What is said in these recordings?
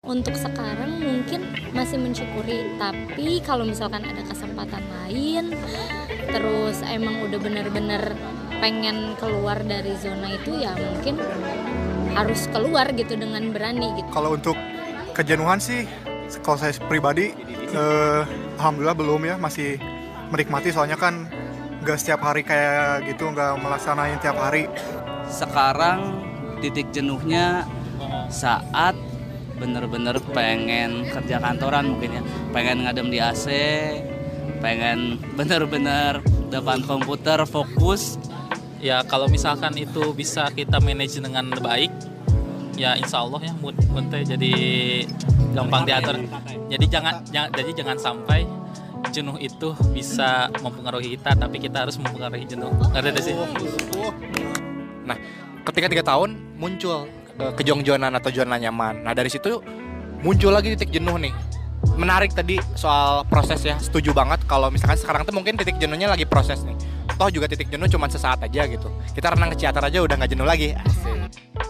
Untuk sekarang mungkin masih mensyukuri, tapi kalau misalkan ada kesempatan lain, terus emang udah bener-bener pengen keluar dari zona itu, ya mungkin harus keluar gitu dengan berani gitu. Kalau untuk kejenuhan sih, kalau saya pribadi, alhamdulillah belum ya, masih menikmati soalnya kan nggak setiap hari kayak gitu, nggak melaksanain tiap hari. Sekarang titik jenuhnya saat bener-bener pengen kerja kantoran mungkin ya, pengen ngadem di AC, pengen bener-bener depan komputer fokus. Ya kalau misalkan itu bisa kita manage dengan baik, ya insya Allah ya mood teh jadi gampang diatur. Jadi jangan sampai jenuh itu bisa mempengaruhi kita, tapi kita harus mempengaruhi jenuh. Ngerti sih? Nah, ketika 3 tahun muncul kejong-jongan atau zona nyaman. Nah, dari situ muncul lagi titik jenuh nih. Menarik tadi soal proses ya. Setuju banget kalau misalkan sekarang tuh mungkin titik jenuhnya lagi proses nih. Toh juga titik jenuh cuma sesaat aja gitu. Kita renang ke Ciater aja udah gak jenuh lagi. Asik.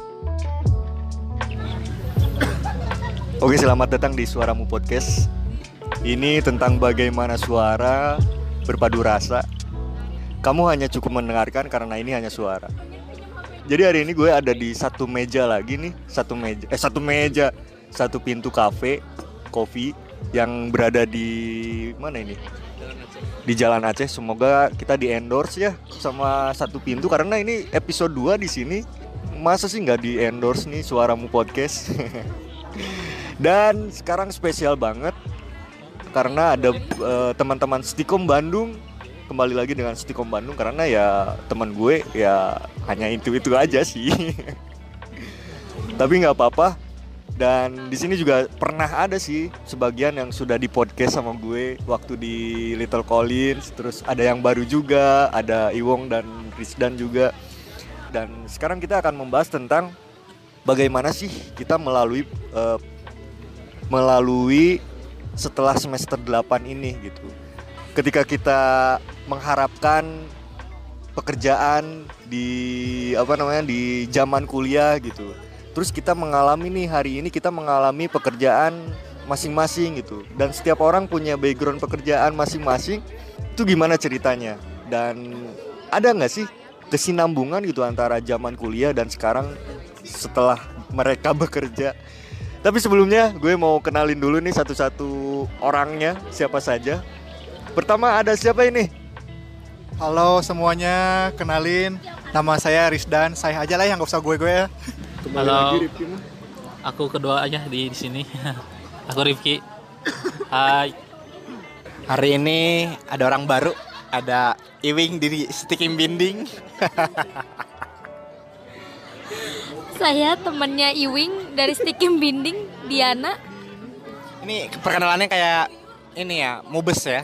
Oke, selamat datang di Suaramu Podcast. Ini tentang bagaimana suara berpadu rasa. Kamu hanya cukup mendengarkan karena ini hanya suara. Jadi hari ini gue ada di satu meja lagi nih, satu pintu kafe, kopi yang berada di mana ini? Di Jalan Aceh. Semoga kita di endorse ya sama satu pintu karena ini episode 2 di sini. Masa sih nggak di endorse nih Suaramu Podcast? Dan sekarang spesial banget karena ada teman-teman Stikom Bandung. Kembali lagi dengan Stikom Bandung karena ya teman gue ya hanya itu aja sih. Tapi nggak apa-apa. Dan di sini juga pernah ada sih sebagian yang sudah di podcast sama gue waktu di Little Collins. Terus ada yang baru juga, ada Iwong dan Rizdan juga. Dan sekarang kita akan membahas tentang bagaimana sih kita melalui setelah semester 8 ini gitu. Ketika kita mengharapkan pekerjaan di di zaman kuliah gitu. Terus kita mengalami nih hari ini kita mengalami pekerjaan masing-masing gitu. Dan setiap orang punya background pekerjaan masing-masing. Itu gimana ceritanya? Dan ada nggak sih kesinambungan gitu antara zaman kuliah dan sekarang setelah mereka bekerja? Tapi sebelumnya gue mau kenalin dulu nih satu-satu orangnya siapa saja. Pertama ada siapa ini? Halo semuanya, kenalin, nama saya Rizdan. Saya aja lah yang gak usah gue ya. Halo, aku kedua aja di sini. Aku Rifki. Hai. Hari ini ada orang baru, ada Iwing dari Stikim Binding. Saya temannya Iwing dari Stikim Binding, Diana. Ini perkenalannya kayak ini ya, mubes ya.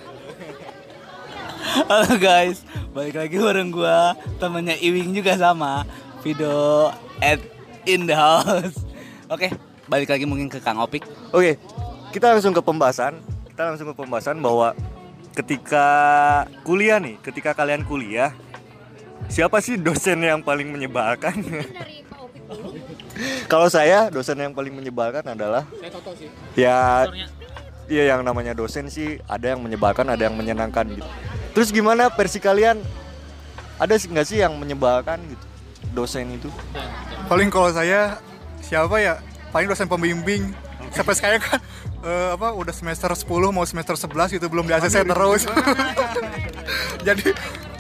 Halo guys, balik lagi bareng gua, temannya Iwing juga sama Video in the house. Oke, balik lagi mungkin ke Kang Opik. Oke, kita langsung ke pembahasan. Bahwa ketika kalian kuliah, siapa sih dosen yang paling menyebalkan? Kalau saya, dosen yang paling menyebalkan adalah ya, iya yang namanya dosen sih ada yang menyebalkan, ada yang menyenangkan gitu. Terus gimana versi kalian? Ada nggak sih yang menyebalkan gitu dosen itu? Paling kalau saya siapa ya? Paling dosen pembimbing. Sampai sekarang kan udah semester 10 mau semester 11 gitu belum di ACC terus. Jadi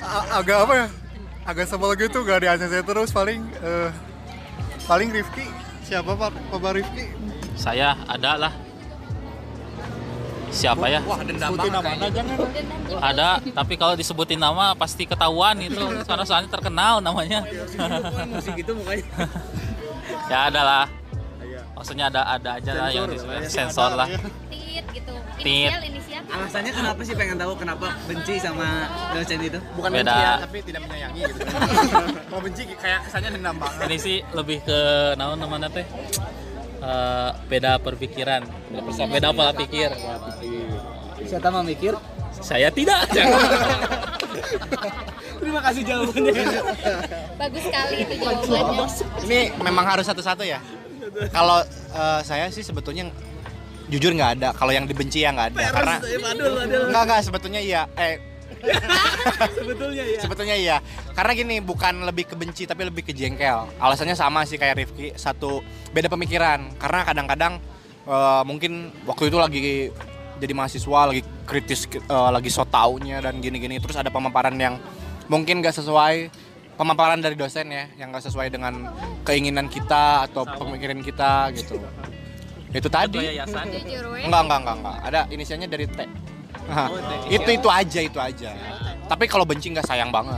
agak sebel gitu gak di ACC terus. Paling Rifki. Siapa Pak Rifki? Saya ada lah. Siapa ya? Wah, dendam banget. Ada, tapi kalau disebutin nama pasti ketahuan itu. Soalnya terkenal namanya. Musik gitu mukanya. Ya ada lah. Maksudnya ada aja lah yang sensor lah. Tit gitu. Tit. Inisial. Alasannya kenapa sih pengen tahu kenapa benci sama dosen itu? Bukan beda. benci ya, tapi tidak menyayangi gitu. Mau benci kayak kesannya dendam banget. Ini sih lebih ke naon namanya teh. Beda perpikiran, beda pola pikir. Siapa mau mikir? Saya tidak. Terima kasih jawabannya. Bagus sekali itu jawabannya. Ini memang harus satu-satu ya? Kalau saya sih sebetulnya jujur nggak ada. Kalau yang dibenci ya nggak ada. Karena nggak sebetulnya iya. Sebetulnya iya. Karena gini, bukan lebih ke benci tapi lebih ke jengkel. Alasannya sama sih kayak Rifki, satu beda pemikiran. Karena kadang-kadang mungkin waktu itu lagi jadi mahasiswa, lagi kritis, lagi so taunya dan gini-gini. Terus ada pemaparan yang mungkin nggak sesuai, pemaparan dari dosen ya, yang nggak sesuai dengan keinginan kita atau pemikiran kita gitu. Itu tadi. Enggak. Ada inisialnya dari T. Itu aja. Tapi kalau benci nggak, sayang banget.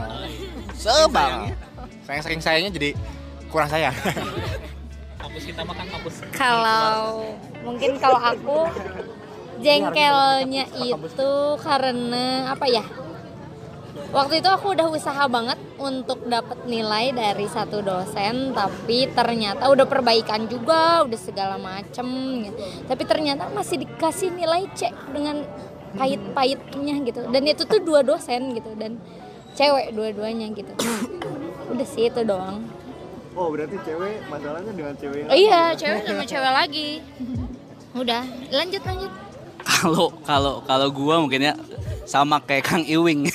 Saking sayangnya jadi kurang sayang. Kampus kita makan kampus. Kalau aku jengkelnya itu karena apa ya? Waktu itu aku udah usaha banget untuk dapat nilai dari satu dosen, tapi ternyata udah perbaikan juga, udah segala macem gitu. Tapi ternyata masih dikasih nilai C dengan pahit-pahitnya gitu. Dan itu tuh 2 dosen gitu, dan cewek dua-duanya gitu. Udah sih itu doang. Oh, berarti cewek masalahnya dengan cewek yang Iya, cewek sama cewek lagi. Udah, lanjut. Kalau gua mungkin ya sama kayak Kang Iwing.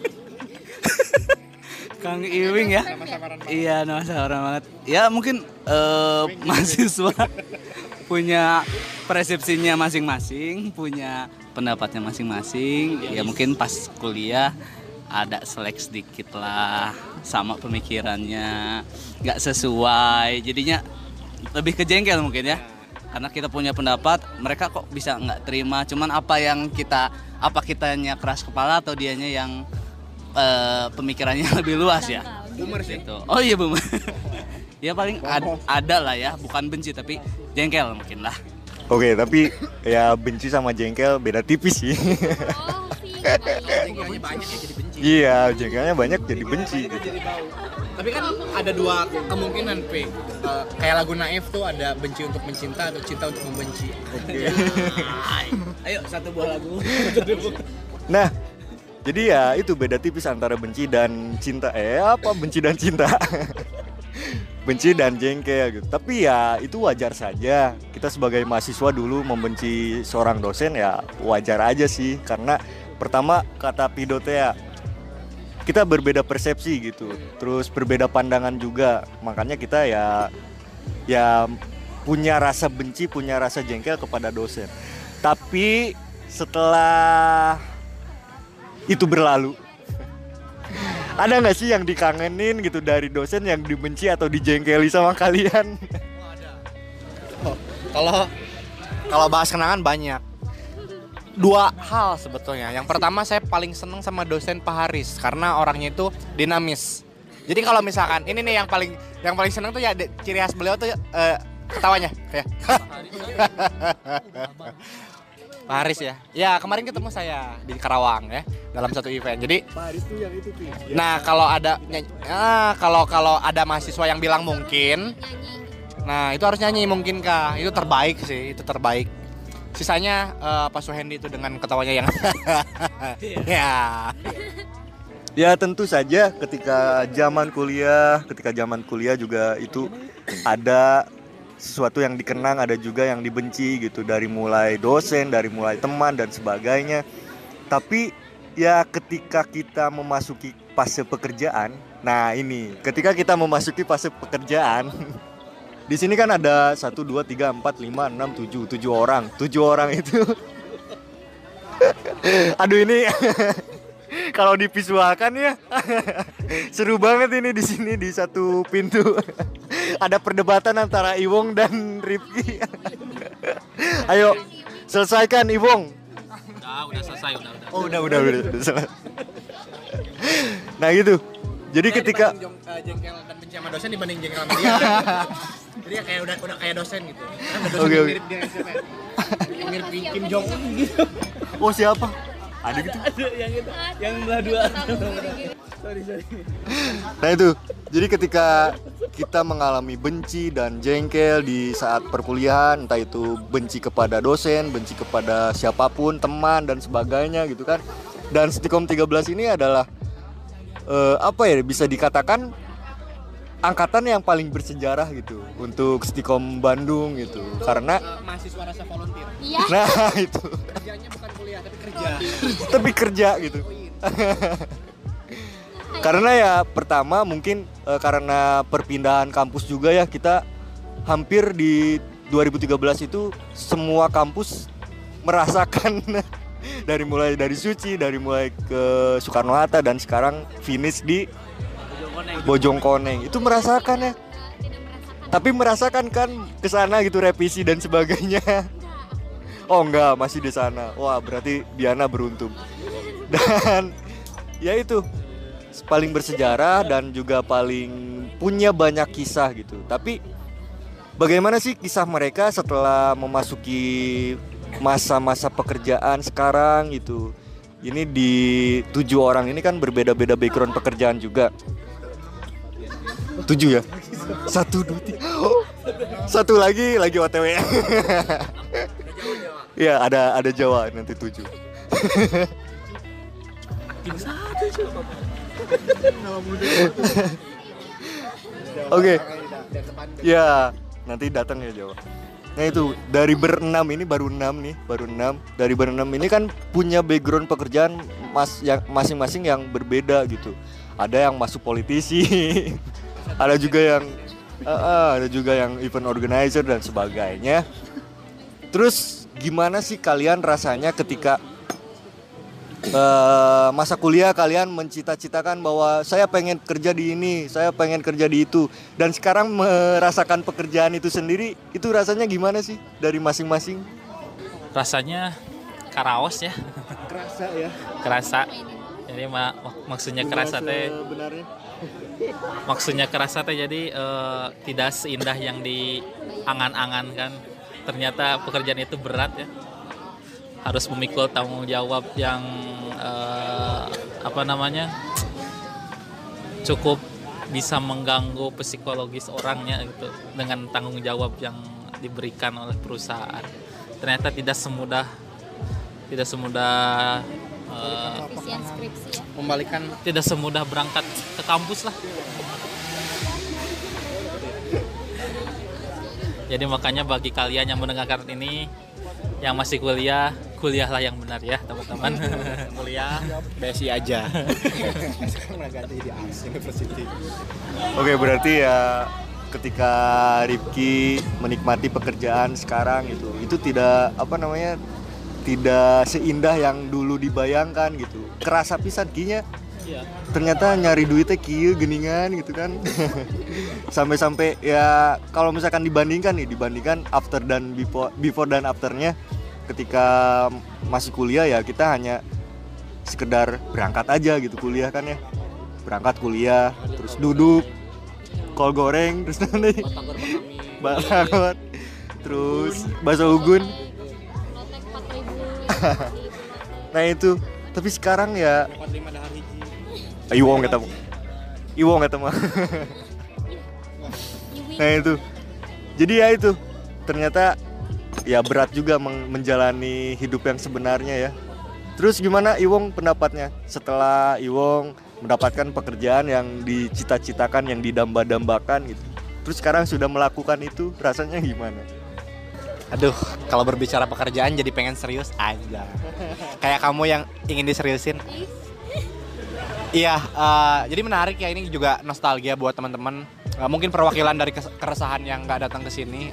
Kang Iwing ya. Iya, nama samaran banget. Ya mungkin mahasiswa punya persepsinya masing-masing, punya pendapatnya masing-masing. Ya mungkin pas kuliah ada selek sedikit lah sama pemikirannya, nggak sesuai. Jadinya lebih ke jengkel mungkin ya. Karena kita punya pendapat, mereka kok bisa nggak terima. Cuman apa kitanya keras kepala atau dianya yang pemikirannya lebih luas ya. Boomer sih. Gitu. Oh iya boomer. Ya paling ada lah ya, bukan benci tapi jengkel mungkin lah. Oke, tapi ya benci sama jengkel beda tipis sih. Jengkelnya banyak ya jadi benci. Iya, jengkelnya banyak jadi benci. Tapi kan ada 2 kemungkinan, P. Kayak lagu Naif tuh ada benci untuk mencinta atau cinta untuk membenci. Oke. Ayo satu buah lagu. Nah, jadi ya itu beda tipis antara benci dan cinta. Benci dan cinta. Benci dan jengkel gitu. Tapi ya itu wajar saja. Kita sebagai mahasiswa dulu membenci seorang dosen ya wajar aja sih. Karena pertama kata Pidot ya, kita berbeda persepsi gitu. Terus berbeda pandangan juga. Makanya kita ya punya rasa benci, punya rasa jengkel kepada dosen. Tapi setelah itu berlalu, ada nggak sih yang dikangenin gitu dari dosen yang dibenci atau dijengkeli sama kalian? Kalau bahas kenangan banyak. 2 hal sebetulnya. Yang pertama, saya paling seneng sama dosen Pak Haris karena orangnya itu dinamis. Jadi kalau misalkan ini nih yang paling seneng tuh ya ciri khas beliau tuh ketawanya kayak. Pak Haris ya. Ya kemarin ketemu saya di Karawang ya dalam satu event. Jadi Pak Haris tuh yang itu tuh. nah kalau ada mahasiswa yang bilang mungkin, nah itu harus nyanyi mungkin kah? Itu terbaik sih, itu terbaik. Sisanya Pak Suhendi itu dengan ketawanya yang ya. Ya tentu saja ketika zaman kuliah juga itu ada sesuatu yang dikenang, ada juga yang dibenci gitu, dari mulai dosen, dari mulai teman dan sebagainya. Tapi ya ketika kita memasuki fase pekerjaan, nah ini ketika kita memasuki fase pekerjaan di sini kan ada 1, 2, 3, 4, 5, 6, 7 orang. 7 orang itu aduh ini kalau divisualkan ya seru banget ini di sini di satu pintu. Ada perdebatan antara Iwong dan Rifki. Ayo selesaikan Iwong. Udah selesai, udah. Oh udah selesai. Nah gitu. Jadi ketika jengkel dan benci sama dosen dibanding jengkel sama dia. Jadi ya kayak udah kayak dosen gitu. Kan dosen Oke. mirip dia siapa ya? Mirip Kim Jong Un gitu. oh siapa? Ada gitu. Yang belah 2. Sorry. Nah itu. Jadi ketika kita mengalami benci dan jengkel di saat perkuliahan, entah itu benci kepada dosen, benci kepada siapapun, teman dan sebagainya gitu kan. Dan Stikom 13 ini adalah bisa dikatakan angkatan yang paling bersejarah gitu untuk Stikom Bandung gitu. Karena mahasiswa rasa volunteer. Iya. nah itu Kerjanya bukan kuliah tapi kerja. tapi kerja gitu. Karena ya pertama mungkin karena perpindahan kampus juga ya, kita hampir di 2013 itu semua kampus merasakan mulai dari Suci, dari mulai ke Soekarno-Hatta dan sekarang finish di Bojongkoneng. Itu merasakan ya. Tapi merasakan kan ke sana gitu, revisi dan sebagainya. Oh enggak, masih di sana. Wah, berarti Diana beruntung. Dan ya itu paling bersejarah dan juga paling punya banyak kisah gitu. Tapi bagaimana sih kisah mereka setelah memasuki masa-masa pekerjaan sekarang gitu? Ini di 7 orang ini kan berbeda-beda background pekerjaan juga. 7 ya? 1, 2, 3. Satu lagi OTW. Ya ada Jawa nanti 7. Oke. Ya, nanti datang ya Jawa. Nah itu dari berenam ini baru 6 nih, baru 6. Dari berenam ini kan punya background pekerjaan yang masing-masing yang berbeda gitu. Ada yang masuk politisi, ada juga yang event organizer dan sebagainya. Terus gimana sih kalian rasanya ketika masa kuliah kalian mencita-citakan bahwa saya pengen kerja di ini, saya pengen kerja di itu, dan sekarang merasakan pekerjaan itu sendiri, itu rasanya gimana sih dari masing-masing? Rasanya karaos ya. Kerasa ya. Kerasa. Jadi maksudnya kerasa teh. Maksudnya kerasa teh jadi tidak seindah yang diangan-angan kan. Ternyata pekerjaan itu berat ya. Harus memikul tanggung jawab yang cukup bisa mengganggu psikologis orangnya gitu, dengan tanggung jawab yang diberikan oleh perusahaan. Ternyata tidak semudah Skripsi ya. Membalikan tidak semudah berangkat ke kampus lah. Jadi makanya bagi kalian yang mendengarkan ini, yang masih kuliahlah yang benar ya teman-teman. kuliah BSI aja. Sekarang udah ganti di Ars University. Oke, berarti ya ketika Rifki menikmati pekerjaan sekarang itu tidak tidak seindah yang dulu dibayangkan gitu. Kerasa pisan kinya. Iya. Ternyata nyari duitnya kieu geningan gitu kan. Sampai-sampai ya kalau misalkan dibandingkan after dan before dan afternya ketika masih kuliah ya kita hanya sekedar berangkat aja gitu kuliah kan ya. Berangkat kuliah, terus duduk, kol goreng, terus nanti batagor, terus bakso ugun. Nah itu, tapi sekarang ya Iwong kata mah. Nah itu, jadi ya itu ternyata ya berat juga menjalani hidup yang sebenarnya ya. Terus gimana Iwong pendapatnya setelah Iwong mendapatkan pekerjaan yang dicita-citakan, yang didamba-dambakan gitu. Terus sekarang sudah melakukan itu, rasanya gimana? Aduh, kalau berbicara pekerjaan jadi pengen serius aja. Kayak kamu yang ingin diseriusin. Iya, jadi menarik ya, ini juga nostalgia buat teman-teman. Mungkin perwakilan dari keresahan yang nggak datang ke sini.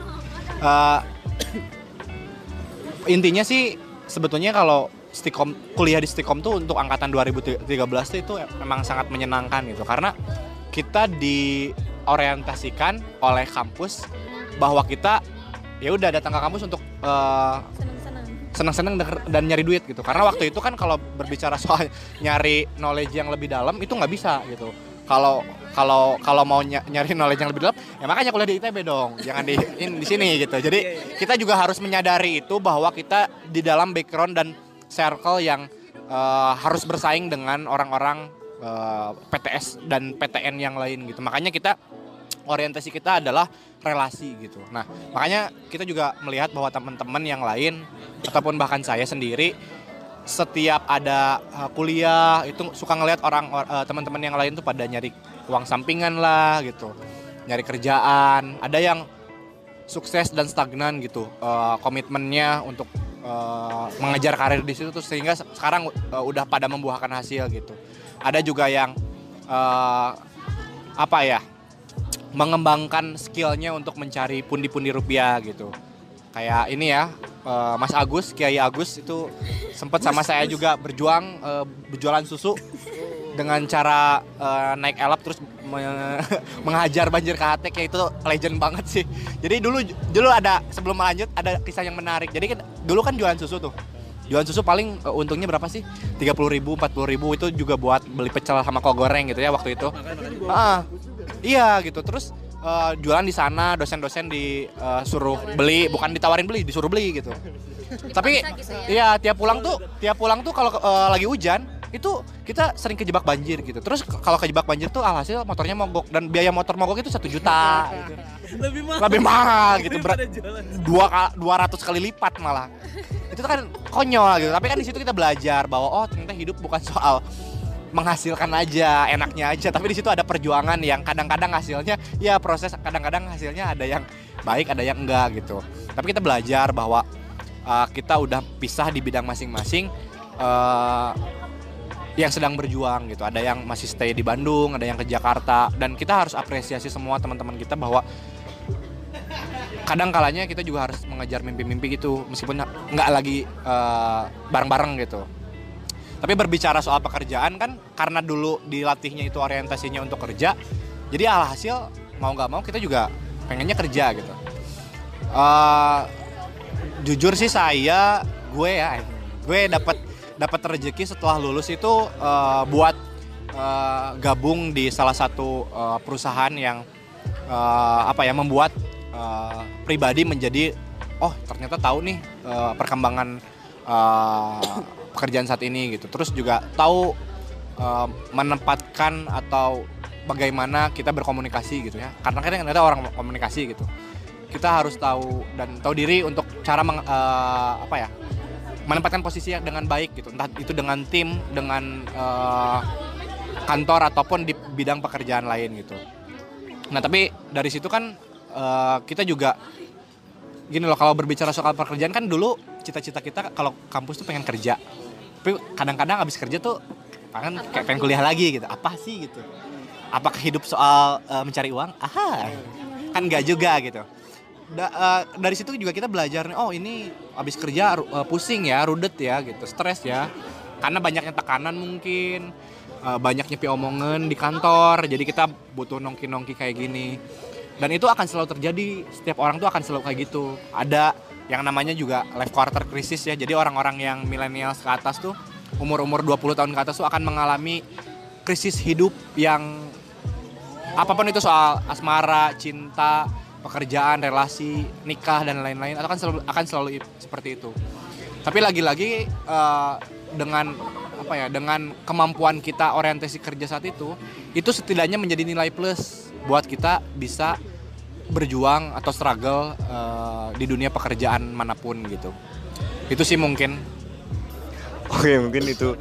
Intinya sih sebetulnya kalau kuliah di Stikom tuh untuk angkatan 2013 tuh itu memang sangat menyenangkan gitu. Karena kita diorientasikan oleh kampus bahwa kita ya udah datang ke kampus untuk senang-senang dan nyari duit gitu. Karena waktu itu kan kalau berbicara soal nyari knowledge yang lebih dalam itu nggak bisa gitu. Kalau mau nyari knowledge yang lebih dalam ya makanya kuliah di ITB dong, jangan di sini gitu. Jadi kita juga harus menyadari itu bahwa kita di dalam background dan circle yang harus bersaing dengan orang-orang PTS dan PTN yang lain gitu. Makanya kita orientasi kita adalah relasi gitu. Nah, makanya kita juga melihat bahwa teman-teman yang lain ataupun bahkan saya sendiri setiap ada kuliah itu suka ngelihat teman-teman yang lain tuh pada nyari uang sampingan lah gitu, nyari kerjaan. Ada yang sukses dan stagnan gitu komitmennya untuk mengejar karir di situ tuh, sehingga sekarang udah pada membuahkan hasil gitu. Ada juga yang mengembangkan skillnya untuk mencari pundi-pundi rupiah gitu. Kayak ini ya, Mas Agus, Kiai Agus itu sempat sama saya juga berjuang berjualan susu dengan cara naik elap terus menghajar banjir KHT, kayak itu legend banget sih. Jadi dulu ada, sebelum lanjut, ada kisah yang menarik. Jadi dulu kan jualan susu tuh. Jualan susu paling untungnya berapa sih? 30.000, 40.000 itu juga buat beli pecel sama kol goreng gitu ya waktu itu. Iya gitu. Terus jualan di sana, dosen-dosen disuruh beli, bukan ditawarin beli, disuruh beli gitu. Tapi iya tiap pulang tuh kalau lagi hujan itu kita sering kejebak banjir gitu. Terus kalau kejebak banjir tuh alhasil motornya mogok, dan biaya motor mogok itu 1 juta gitu. Lebih mahal gitu, 200 kali lipat malah. Itu kan konyol gitu. Tapi kan di situ kita belajar bahwa oh ternyata hidup bukan soal menghasilkan aja, enaknya aja, tapi di situ ada perjuangan yang kadang-kadang hasilnya ya proses, kadang-kadang hasilnya ada yang baik, ada yang enggak gitu. Tapi kita belajar bahwa kita udah pisah di bidang masing-masing, yang sedang berjuang gitu. Ada yang masih stay di Bandung, ada yang ke Jakarta, dan kita harus apresiasi semua teman-teman kita bahwa kadang kalanya kita juga harus mengejar mimpi-mimpi gitu, meskipun nggak lagi bareng-bareng gitu. Tapi berbicara soal pekerjaan kan, karena dulu dilatihnya itu orientasinya untuk kerja, jadi alhasil mau nggak mau kita juga pengennya kerja gitu. Jujur sih gue dapat rezeki setelah lulus itu buat gabung di salah satu perusahaan yang membuat pribadi menjadi ternyata tahu nih perkembangan pekerjaan saat ini gitu. Terus juga tahu menempatkan atau bagaimana kita berkomunikasi gitu ya. Karena kan ada orang komunikasi gitu. Kita harus tahu diri untuk cara menempatkan posisi dengan baik gitu. Entah itu dengan tim, dengan kantor ataupun di bidang pekerjaan lain gitu. Nah, tapi dari situ kan kita juga gini loh, kalau berbicara soal pekerjaan kan dulu cita-cita kita kalau kampus tuh pengen kerja. Tapi kadang-kadang abis kerja tuh pengen kuliah lagi gitu. Apa sih gitu? Apakah hidup soal mencari uang? Kan enggak juga gitu. Dari situ juga kita belajar nih, ini abis kerja pusing ya, rudet ya gitu, stres ya. Karena banyaknya tekanan mungkin, banyaknya omongan di kantor, jadi kita butuh nongki-nongki kayak gini. Dan itu akan selalu terjadi, setiap orang tuh akan selalu kayak gitu. Ada yang namanya juga life quarter crisis ya. Jadi orang-orang yang milenial ke atas tuh, umur-umur 20 tahun ke atas tuh akan mengalami krisis hidup yang apapun itu, soal asmara, cinta, pekerjaan, relasi, nikah dan lain-lain, akan selalu seperti itu. Tapi lagi-lagi dengan kemampuan kita orientasi kerja saat itu setidaknya menjadi nilai plus buat kita bisa berjuang atau struggle di dunia pekerjaan manapun gitu. Itu sih mungkin. Oke, mungkin itu.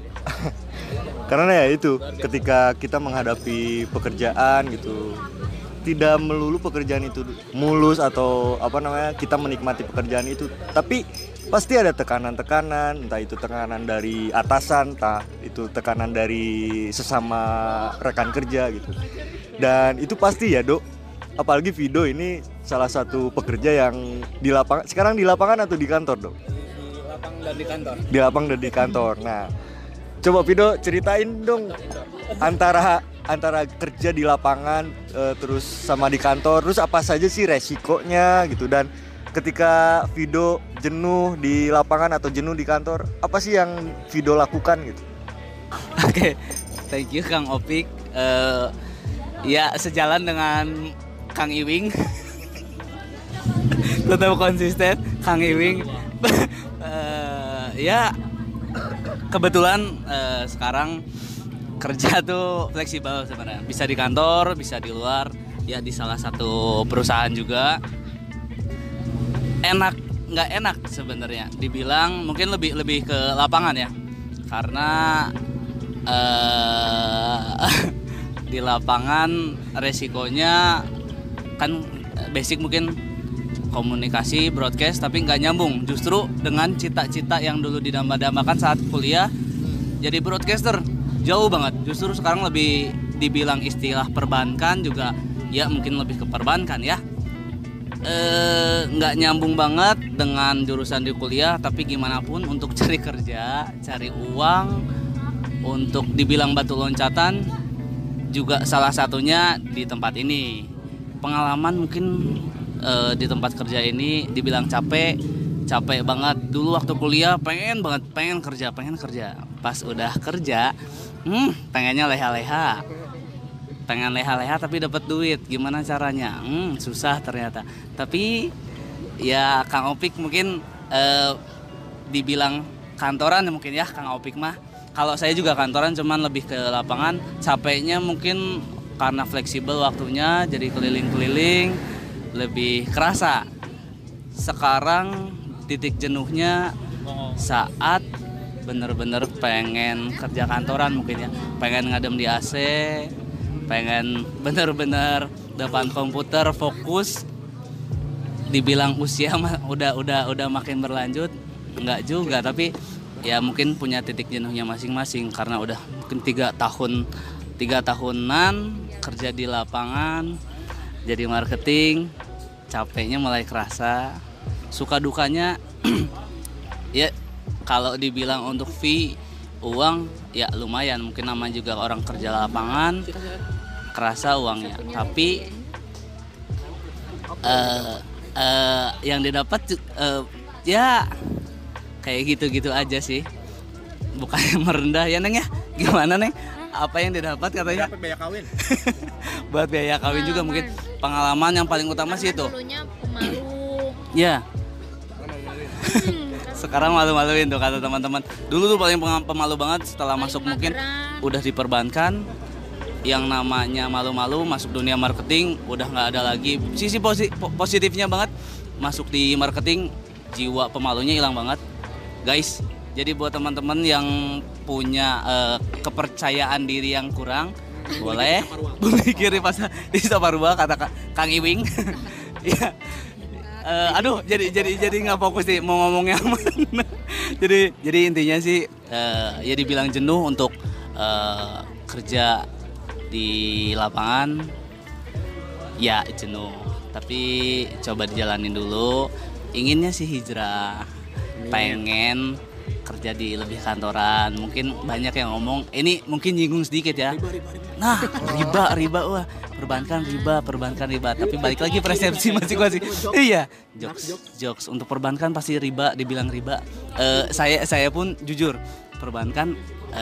Karena ya itu, ketika kita menghadapi pekerjaan gitu, tidak melulu pekerjaan itu mulus atau kita menikmati pekerjaan itu, tapi pasti ada tekanan-tekanan, entah itu tekanan dari atasan, entah itu tekanan dari sesama rekan kerja gitu. Dan itu pasti ya, Dok. Apalagi Vido ini salah satu pekerja yang di lapangan. Sekarang di lapangan atau di kantor, Dok? Di lapang dan di kantor. Di lapang dan di kantor. Nah, coba Vido ceritain dong antara kerja di lapangan terus sama di kantor, terus apa saja sih resikonya gitu, dan ketika Vido jenuh di lapangan atau jenuh di kantor, apa sih yang Vido lakukan gitu? Oke, thank you Kang Opik. Ya sejalan dengan Kang Iwing, tetap konsisten Kang Iwing. Ya kebetulan sekarang kerja tuh fleksibel sebenarnya, bisa di kantor, bisa di luar, ya di salah satu perusahaan juga. Enak nggak enak sebenarnya dibilang, mungkin lebih ke lapangan ya, karena di lapangan resikonya kan basic mungkin komunikasi broadcast tapi nggak nyambung justru dengan cita-cita yang dulu didamba-dambakan saat kuliah jadi broadcaster, jauh banget. Justru sekarang lebih dibilang istilah perbankan juga ya, mungkin lebih ke perbankan ya, nggak nyambung banget dengan jurusan di kuliah. Tapi gimana pun untuk cari kerja, cari uang, untuk dibilang batu loncatan juga salah satunya di tempat ini. Pengalaman mungkin di tempat kerja ini dibilang capek banget. Dulu waktu kuliah pengen kerja. Pas udah kerja pengennya leha-leha, tapi dapat duit. Gimana caranya? Susah ternyata. Tapi ya Kang Opik mungkin dibilang kantoran mungkin ya Kang Opik mah. Kalau saya juga kantoran, cuman lebih ke lapangan. Capeknya mungkin karena fleksibel waktunya, jadi keliling-keliling lebih kerasa. Sekarang titik jenuhnya saat bener-bener pengen kerja kantoran mungkin ya, pengen ngadem di AC, pengen bener-bener depan komputer fokus. Dibilang usia mah udah makin berlanjut, enggak juga, tapi ya mungkin punya titik jenuhnya masing-masing karena udah mungkin 3 tahunan kerja di lapangan jadi marketing, capeknya mulai kerasa. Suka dukanya ya kalau dibilang untuk fee uang ya lumayan, mungkin namanya juga orang kerja lapangan kerasa uangnya, tapi yang didapat ya kayak gitu-gitu aja sih, bukannya merendah ya Neng ya. Gimana Neng? Apa yang didapat katanya? Dapat biaya kawin. Buat biaya kawin juga mungkin. Pengalaman yang paling utama sih itu. Dulunya pemalu. Ya. Sekarang malu-maluin tuh kata teman-teman. Dulu tuh paling pemalu banget, setelah masuk mungkin udah diperbankan. Yang namanya malu-malu masuk dunia marketing udah nggak ada lagi. Sisi positifnya banget masuk di marketing, jiwa pemalunya hilang banget. Guys, jadi buat teman-teman yang punya kepercayaan diri yang kurang, boleh berpikir pas di Saparua kata Kang Iwing. Ya. Aduh, jadi nggak fokus sih mau ngomongnya mana. Jadi intinya sih ya dibilang jenuh untuk kerja di lapangan, ya jenuh. Tapi coba dijalanin dulu. Inginnya sih hijrah. Pengen kerja di lebih kantoran. Mungkin banyak yang ngomong ini mungkin nyinggung sedikit ya. Nah, riba wah, perbankan riba. Tapi balik lagi persepsi masing-masing. Iya, jokes. Untuk perbankan pasti riba, dibilang riba. Saya pun jujur, perbankan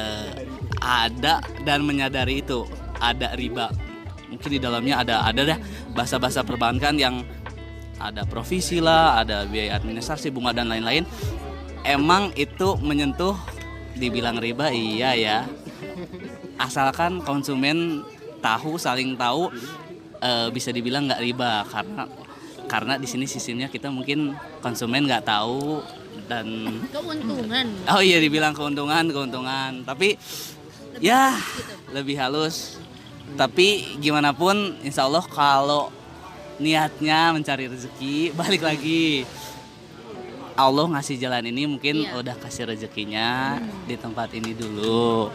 ada dan menyadari itu ada riba. Mungkin di dalamnya ada dah bahasa-bahasa perbankan yang ada provisi lah, ada biaya administrasi, bunga dan lain-lain. Emang itu menyentuh dibilang riba, iya ya. Asalkan konsumen tahu, saling tahu, bisa dibilang nggak riba karena di sini sistemnya kita mungkin konsumen nggak tahu dan Keuntungan. Oh iya dibilang keuntungan, tapi ya lebih halus. Tapi gimana pun, insya Allah kalau niatnya mencari rezeki, balik lagi Allah ngasih jalan ini mungkin udah kasih rezekinya di tempat ini dulu.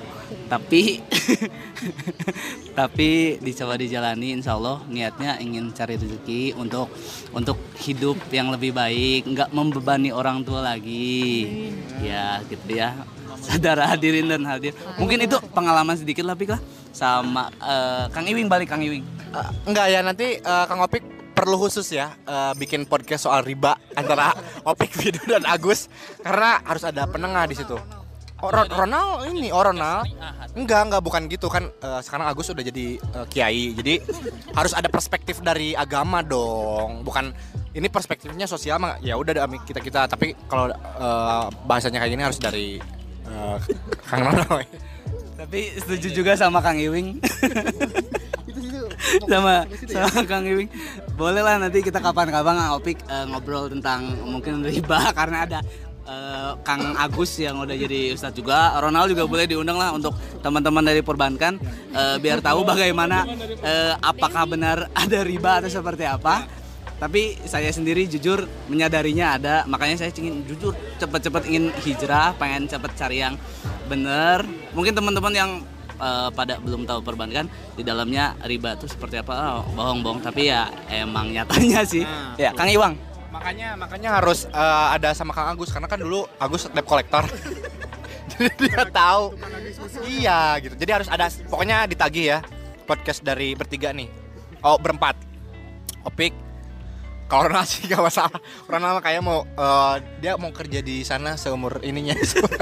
Tapi dicoba dijalani, insya Allah niatnya ingin cari rezeki untuk hidup yang lebih baik, nggak membebani orang tua lagi. Ya gitu ya. Saudara hadirin dan hadir. Mungkin itu pengalaman sedikit lah Pik lah sama Kang Iwing, balik Kang Iwing. Enggak ya, nanti Kang Opik perlu khusus ya bikin podcast soal riba antara Opik Widu dan Agus karena harus ada penengah di situ. Ronald enggak bukan gitu kan. Sekarang Agus udah jadi kiai, jadi harus ada perspektif dari agama dong, bukan ini perspektifnya sosial mah ya udah kita tapi kalau bahasanya kayak gini harus dari Kang Ronald. Tapi setuju juga sama Kang Iwing. sama Kang Iwing Boleh lah nanti kita kapan-kapan Opik ngobrol tentang mungkin riba karena ada Kang Agus yang udah jadi ustadz juga. Ronald juga boleh diundang lah untuk teman-teman dari perbankan biar tahu bagaimana apakah benar ada riba atau seperti apa. Tapi saya sendiri jujur menyadarinya ada, makanya saya ingin jujur cepet-cepet ingin hijrah, pengen cepet cari yang bener. Mungkin teman-teman yang pada belum tahu perbankan di dalamnya riba itu seperti apa, bohong-bohong, tapi ya emang nyatanya sih. Ya, Kang Iwang. Makanya harus ada sama Kang Agus karena kan dulu Agus debt collector. Jadi dia tahu. Iya gitu. Jadi harus ada, pokoknya ditagih ya podcast dari bertiga nih. Oh, berempat. Opik. Kalau Ronald sih gak masalah. Ronald kayak mau dia mau kerja di sana seumur ininya.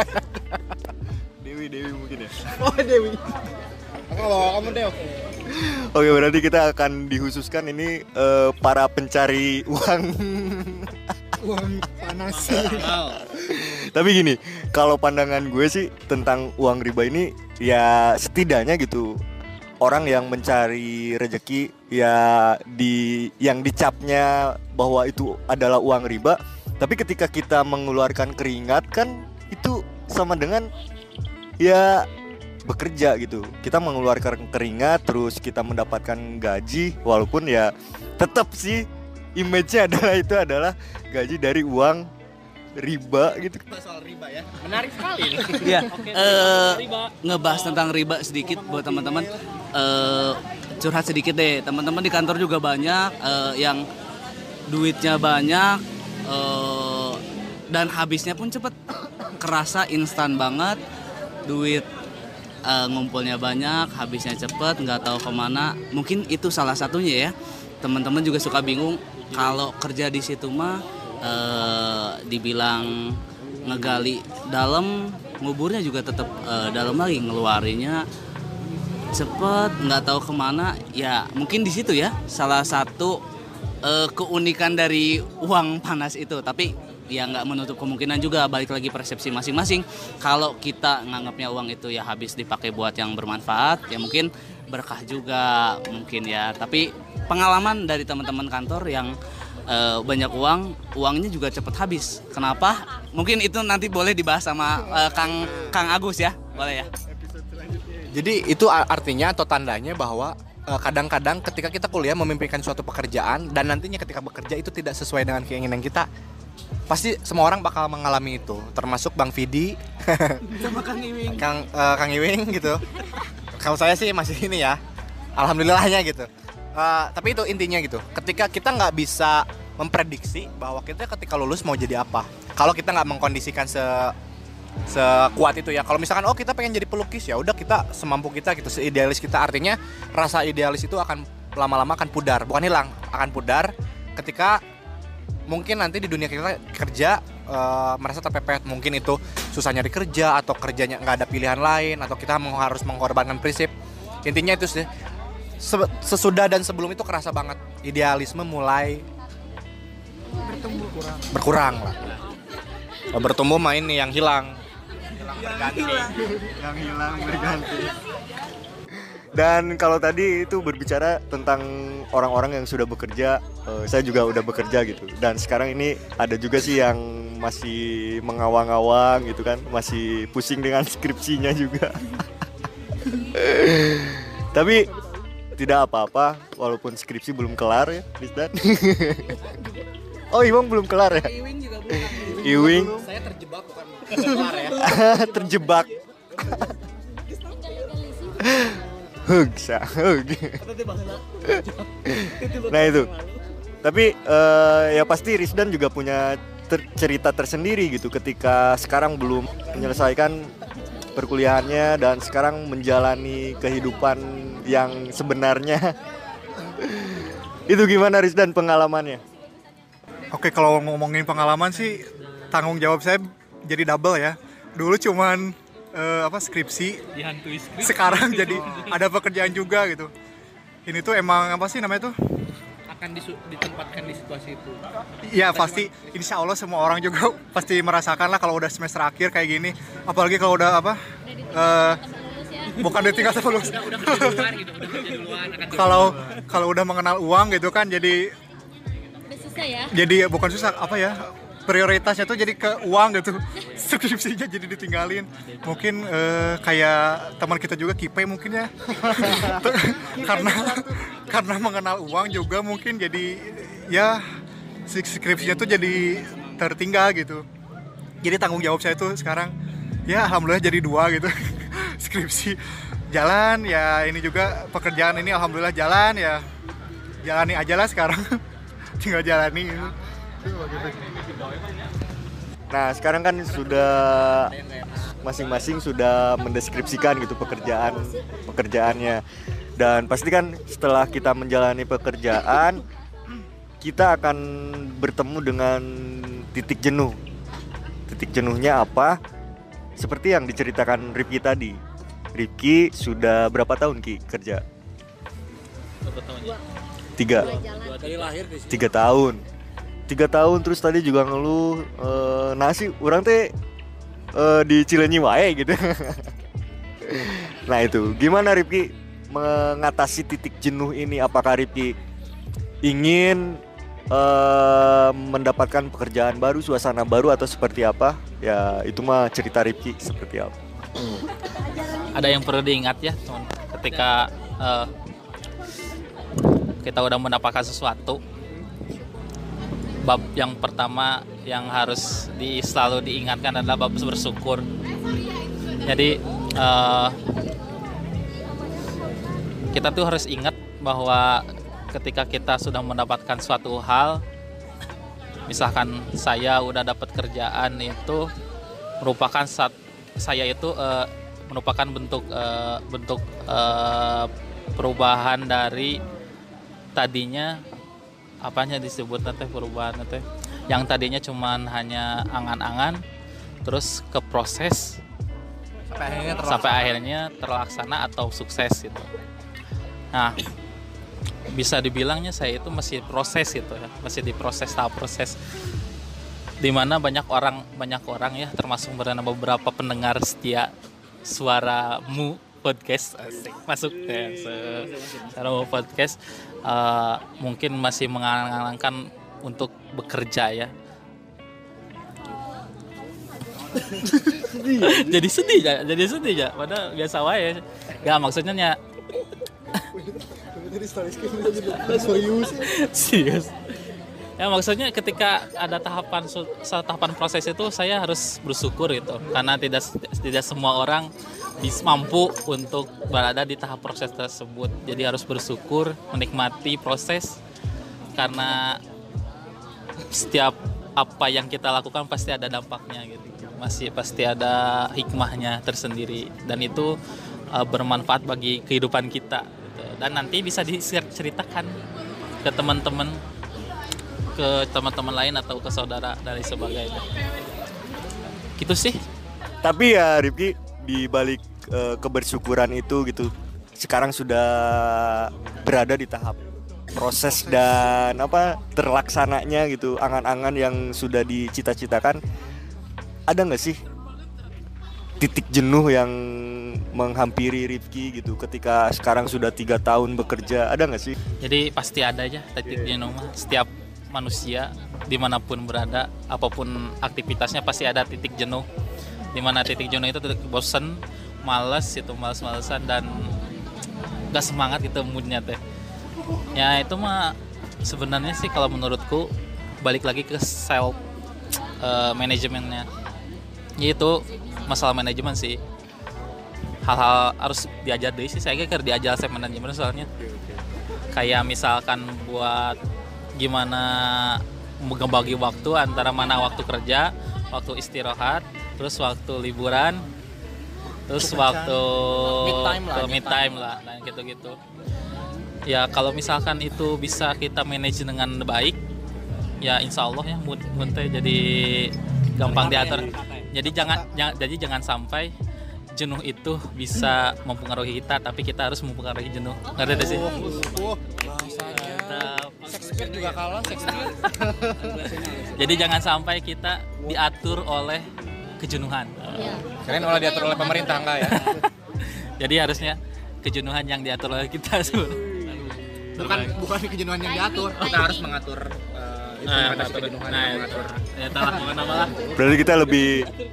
Dewi mungkin ya. Oh, Dewi. Kamu Dew. Oke, berarti kita akan dikhususkan ini para pencari uang panas. Tapi gini, kalau pandangan gue sih tentang uang riba ini ya setidaknya gitu, orang yang mencari rezeki ya yang dicapnya bahwa itu adalah uang riba, tapi ketika kita mengeluarkan keringat kan itu sama dengan ya bekerja gitu. Kita mengeluarkan keringat terus kita mendapatkan gaji, walaupun ya tetap sih image-nya adalah gaji dari uang riba gitu. Soal riba ya. Menarik sekali. Iya. Ngebahas tentang riba sedikit buat teman-teman. Curhat sedikit deh. Teman-teman di kantor juga banyak yang duitnya banyak dan habisnya pun cepet. Kerasa instan banget. Duit ngumpulnya banyak, habisnya cepet, nggak tahu kemana. Mungkin itu salah satunya ya. Teman-teman juga suka bingung kalau kerja di situ mah dibilang ngegali dalam, nguburnya juga tetap dalam lagi, ngeluarinnya cepet, nggak tahu kemana. Ya mungkin di situ ya salah satu keunikan dari uang panas itu. Tapi ya nggak menutup kemungkinan juga, balik lagi persepsi masing-masing. Kalau kita nganggapnya uang itu ya habis dipakai buat yang bermanfaat, ya mungkin berkah juga mungkin ya. Tapi pengalaman dari teman-teman kantor yang banyak uangnya juga cepet habis. Kenapa? Mungkin itu nanti boleh dibahas sama Kang Agus ya, boleh ya. Jadi itu artinya atau tandanya bahwa kadang-kadang ketika kita kuliah memimpikan suatu pekerjaan dan nantinya ketika bekerja itu tidak sesuai dengan keinginan kita, pasti semua orang bakal mengalami itu, termasuk Bang Vidi Sama Kang Iwing. Kang Iwing gitu. Kalau saya sih masih ini ya, alhamdulillahnya gitu. Tapi itu intinya gitu, ketika kita nggak bisa memprediksi bahwa kita ketika lulus mau jadi apa, kalau kita nggak mengkondisikan sekuat itu ya. Kalau misalkan kita pengen jadi pelukis, ya udah kita semampu kita gitu, seidealis kita. Artinya rasa idealis itu akan lama-lama akan pudar, bukan hilang, akan pudar ketika mungkin nanti di dunia kita kerja merasa terpepet. Mungkin itu susah nyari kerja atau kerjanya nggak ada pilihan lain atau kita harus mengorbankan prinsip. Intinya itu sih, sesudah dan sebelum itu kerasa banget idealisme mulai berkurang lah. Bertumbuh main nih yang hilang berganti. Dan kalau tadi itu berbicara tentang orang-orang yang sudah bekerja, saya juga udah bekerja gitu. Dan sekarang ini ada juga sih yang masih mengawang-awang gitu kan, masih pusing dengan skripsinya juga. Tapi tidak apa-apa, walaupun skripsi belum kelar ya, Rizdan. Oh, Iwang belum kelar ya? Iwing juga belum. Iwing. Saya terjebak bukan kelar ya. Terjebak. Hugsa. Nah itu. Tapi ya pasti Rizdan juga punya cerita tersendiri gitu ketika sekarang belum menyelesaikan perkuliahannya dan sekarang menjalani kehidupan yang sebenarnya. Itu gimana Rizdan pengalamannya? Oke, kalau ngomongin pengalaman sih tanggung jawab saya jadi double ya. Dulu cuman skripsi, Dihantui skripsi. sekarang jadi ada pekerjaan juga gitu. Ini tuh emang apa sih namanya tuh? Akan ditempatkan di situasi itu. Iya pasti, insya Allah semua orang juga pasti merasakan lah kalau udah semester akhir kayak gini. Apalagi kalau udah bukan udah tinggal lulus. Udah kerja duluan gitu, udah kerja duluan. Kalau udah mengenal uang gitu kan, jadi susah ya. Jadi bukan susah, apa ya, prioritasnya tuh jadi ke uang gitu. Skripsinya jadi ditinggalin. Mungkin kayak teman kita juga Kipe mungkin ya. karena mengenal uang juga mungkin jadi ya skripsinya tuh jadi tertinggal gitu. Jadi tanggung jawab saya tuh sekarang ya alhamdulillah jadi 2 gitu. Skripsi jalan ya, ini juga pekerjaan ini alhamdulillah jalan ya. Jalani aja lah sekarang. Tinggal jalani gitu. Nah sekarang kan sudah masing-masing sudah mendeskripsikan gitu pekerjaannya, dan pasti kan setelah kita menjalani pekerjaan kita akan bertemu dengan titik jenuh. Titik jenuhnya apa? Seperti yang diceritakan Rifki tadi. Rifki sudah berapa tahun Ki kerja? Berapa tahun ya? 3 tahun. 3 tahun terus tadi juga ngeluh nasi orang teh di Cileunyi wae gitu. Nah itu gimana Rifki mengatasi titik jenuh ini? Apakah Rifki ingin mendapatkan pekerjaan baru, suasana baru, atau seperti apa? Ya itu mah cerita Rifki seperti apa. Ada yang perlu diingat ya teman, ketika kita udah mendapatkan sesuatu, bab yang pertama yang harus selalu diingatkan adalah bab bersyukur. Jadi kita tuh harus ingat bahwa ketika kita sudah mendapatkan suatu hal, misalkan saya udah dapat kerjaan, itu merupakan merupakan bentuk perubahan dari tadinya apanya disebut nanti perubahan nanti yang tadinya cuman hanya angan-angan terus ke proses sampai akhirnya terlaksana atau sukses gitu. Nah, bisa dibilangnya saya itu masih proses gitu ya, masih diproses, tahap proses, dimana banyak orang ya, termasuk beberapa pendengar setia Suaramu Podcast masuk ya, Suaramu Podcast mungkin masih mengangan-angankan untuk bekerja ya. jadi sedih ya, padahal biasa wae. Gak maksudnya serius. Ya maksudnya ketika ada tahapan proses itu saya harus bersyukur gitu, karena tidak semua orang mampu untuk berada di tahap proses tersebut. Jadi harus bersyukur, menikmati proses, karena setiap apa yang kita lakukan pasti ada dampaknya gitu. Pasti ada hikmahnya tersendiri, dan itu bermanfaat bagi kehidupan kita gitu. Dan nanti bisa diceritakan ke teman-teman lain atau ke saudara dan sebagainya. Gitu sih. Tapi ya Rifki, di balik kebersyukuran itu gitu, sekarang sudah berada di tahap proses dan terlaksananya gitu, angan-angan yang sudah dicita-citakan. Ada nggak sih titik jenuh yang menghampiri Rifki gitu ketika sekarang sudah 3 tahun bekerja? Ada nggak sih? Jadi pasti ada aja titik jenuh. Setiap manusia dimanapun berada, apapun aktivitasnya pasti ada titik jenuh. Dimana titik jenuh itu titik bosen, males-malesan, dan gak semangat gitu moodnya teh. Ya itu mah sebenarnya sih kalau menurutku balik lagi ke self manajemennya. Itu masalah manajemen sih. Hal-hal harus diajar deh sih, saya kira diajar self manajemen soalnya. Kayak misalkan buat gimana membagi waktu antara mana waktu kerja, waktu istirahat, terus waktu liburan, terus waktu mid time lah, dan gitu-gitu. Ya kalau misalkan itu bisa kita manage dengan baik, ya insya Allah ya mood jadi gampang diatur. Jadi jangan sampai jenuh itu bisa mempengaruhi kita, tapi kita harus mempengaruhi jenuh. Ngerti sih? Shakespeare juga kalah Shakespeare. Jadi jangan sampai kita diatur oleh kejenuhan. Keren malah diatur oleh pemerintah enggak ya? Jadi harusnya kejenuhan yang diatur oleh kita. Bukan kejenuhan yang diatur, kita harus mengatur mengatasi kejenuhan, mengatur. Ya tahu mana lah. Berarti kita lebih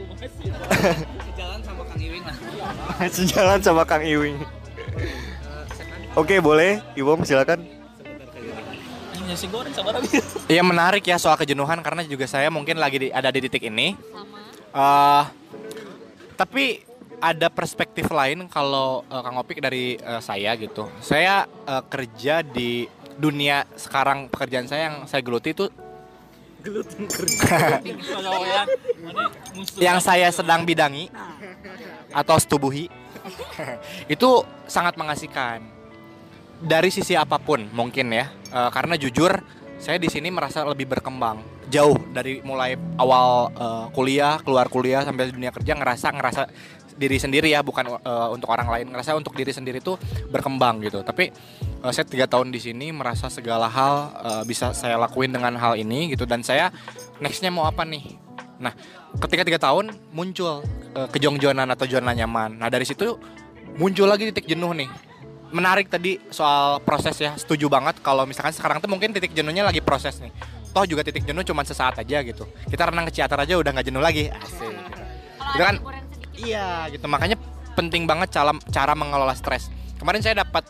Jalan sama Kang Iwing lah. sejalan sama Kang Iwing. Oke, boleh. Iwom silakan. Ini nasi goreng sama lagi. Iya, menarik ya soal kejenuhan karena juga saya mungkin lagi ada di titik ini. Sama. Tapi ada perspektif lain kalau Kang Opik dari saya gitu. Saya kerja di dunia sekarang, pekerjaan saya yang saya geluti itu yang saya sedang bidangi atau setubuhi itu sangat mengasihkan dari sisi apapun mungkin ya. Karena jujur saya di sini merasa lebih berkembang jauh dari mulai awal kuliah, keluar kuliah sampai dunia kerja ngerasa diri sendiri ya, bukan untuk orang lain, ngerasa untuk diri sendiri tuh berkembang gitu. Tapi saya 3 tahun di sini merasa segala hal bisa saya lakuin dengan hal ini gitu, dan saya nextnya mau apa nih. Nah, ketika 3 tahun muncul kejongjonan atau zona nyaman. Nah, dari situ muncul lagi titik jenuh nih. Menarik tadi soal proses ya, setuju banget kalau misalkan sekarang tuh mungkin titik jenuhnya lagi proses nih. Toh juga titik jenuh cuma sesaat aja gitu. Kita renang ke Ciater aja udah nggak jenuh lagi. Asik gitu. Itu kan iya gitu, makanya penting banget cara mengelola stres. Kemarin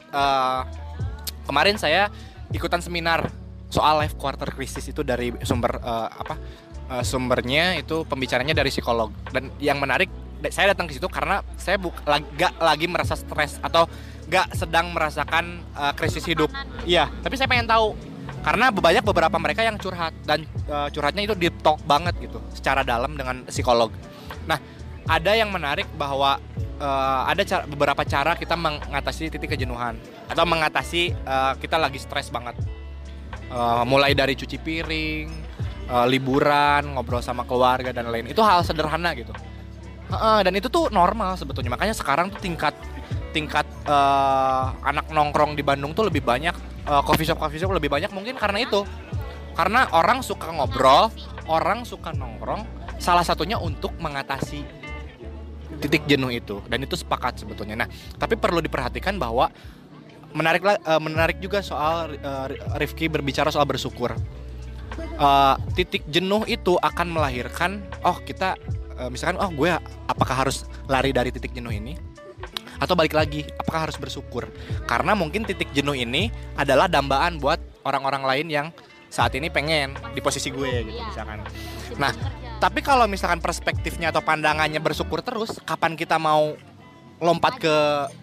saya ikutan seminar soal life quarter crisis itu dari sumbernya itu pembicaranya dari psikolog. Dan yang menarik, saya datang ke situ karena saya gak lagi merasa stres atau gak sedang merasakan krisis hidup. Iya, tapi saya pengen tahu karena banyak beberapa mereka yang curhat dan curhatnya itu deep talk banget gitu, secara dalam dengan psikolog. Nah, ada yang menarik bahwa ada beberapa cara kita mengatasi titik kejenuhan atau mengatasi kita lagi stres banget. Mulai dari cuci piring, liburan, ngobrol sama keluarga dan lain. Itu hal sederhana gitu. Dan itu tuh normal sebetulnya. Makanya sekarang tuh tingkat anak nongkrong di Bandung tuh lebih banyak, coffee shop lebih banyak mungkin karena itu. Karena orang suka ngobrol, orang suka nongkrong, salah satunya untuk mengatasi titik jenuh itu, dan itu sepakat sebetulnya. Nah, tapi perlu diperhatikan bahwa menarik juga soal Rifki berbicara soal bersyukur. Titik jenuh itu akan melahirkan, kita misalkan, gue apakah harus lari dari titik jenuh ini? Atau balik lagi, apakah harus bersyukur? Karena mungkin titik jenuh ini adalah dambaan buat orang-orang lain yang saat ini pengen di posisi gue gitu misalkan. Nah, tapi kalau misalkan perspektifnya atau pandangannya bersyukur terus, kapan kita mau lompat ke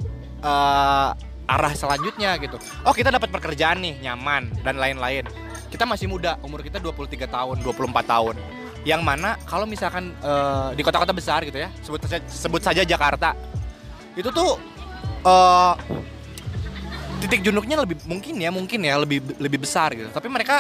arah selanjutnya gitu. Kita dapat pekerjaan nih, nyaman dan lain-lain. Kita masih muda, umur kita 23 tahun, 24 tahun. Yang mana kalau misalkan di kota-kota besar gitu ya, sebut saja Jakarta. Itu tuh titik jenuhnya mungkin ya lebih besar gitu. Tapi mereka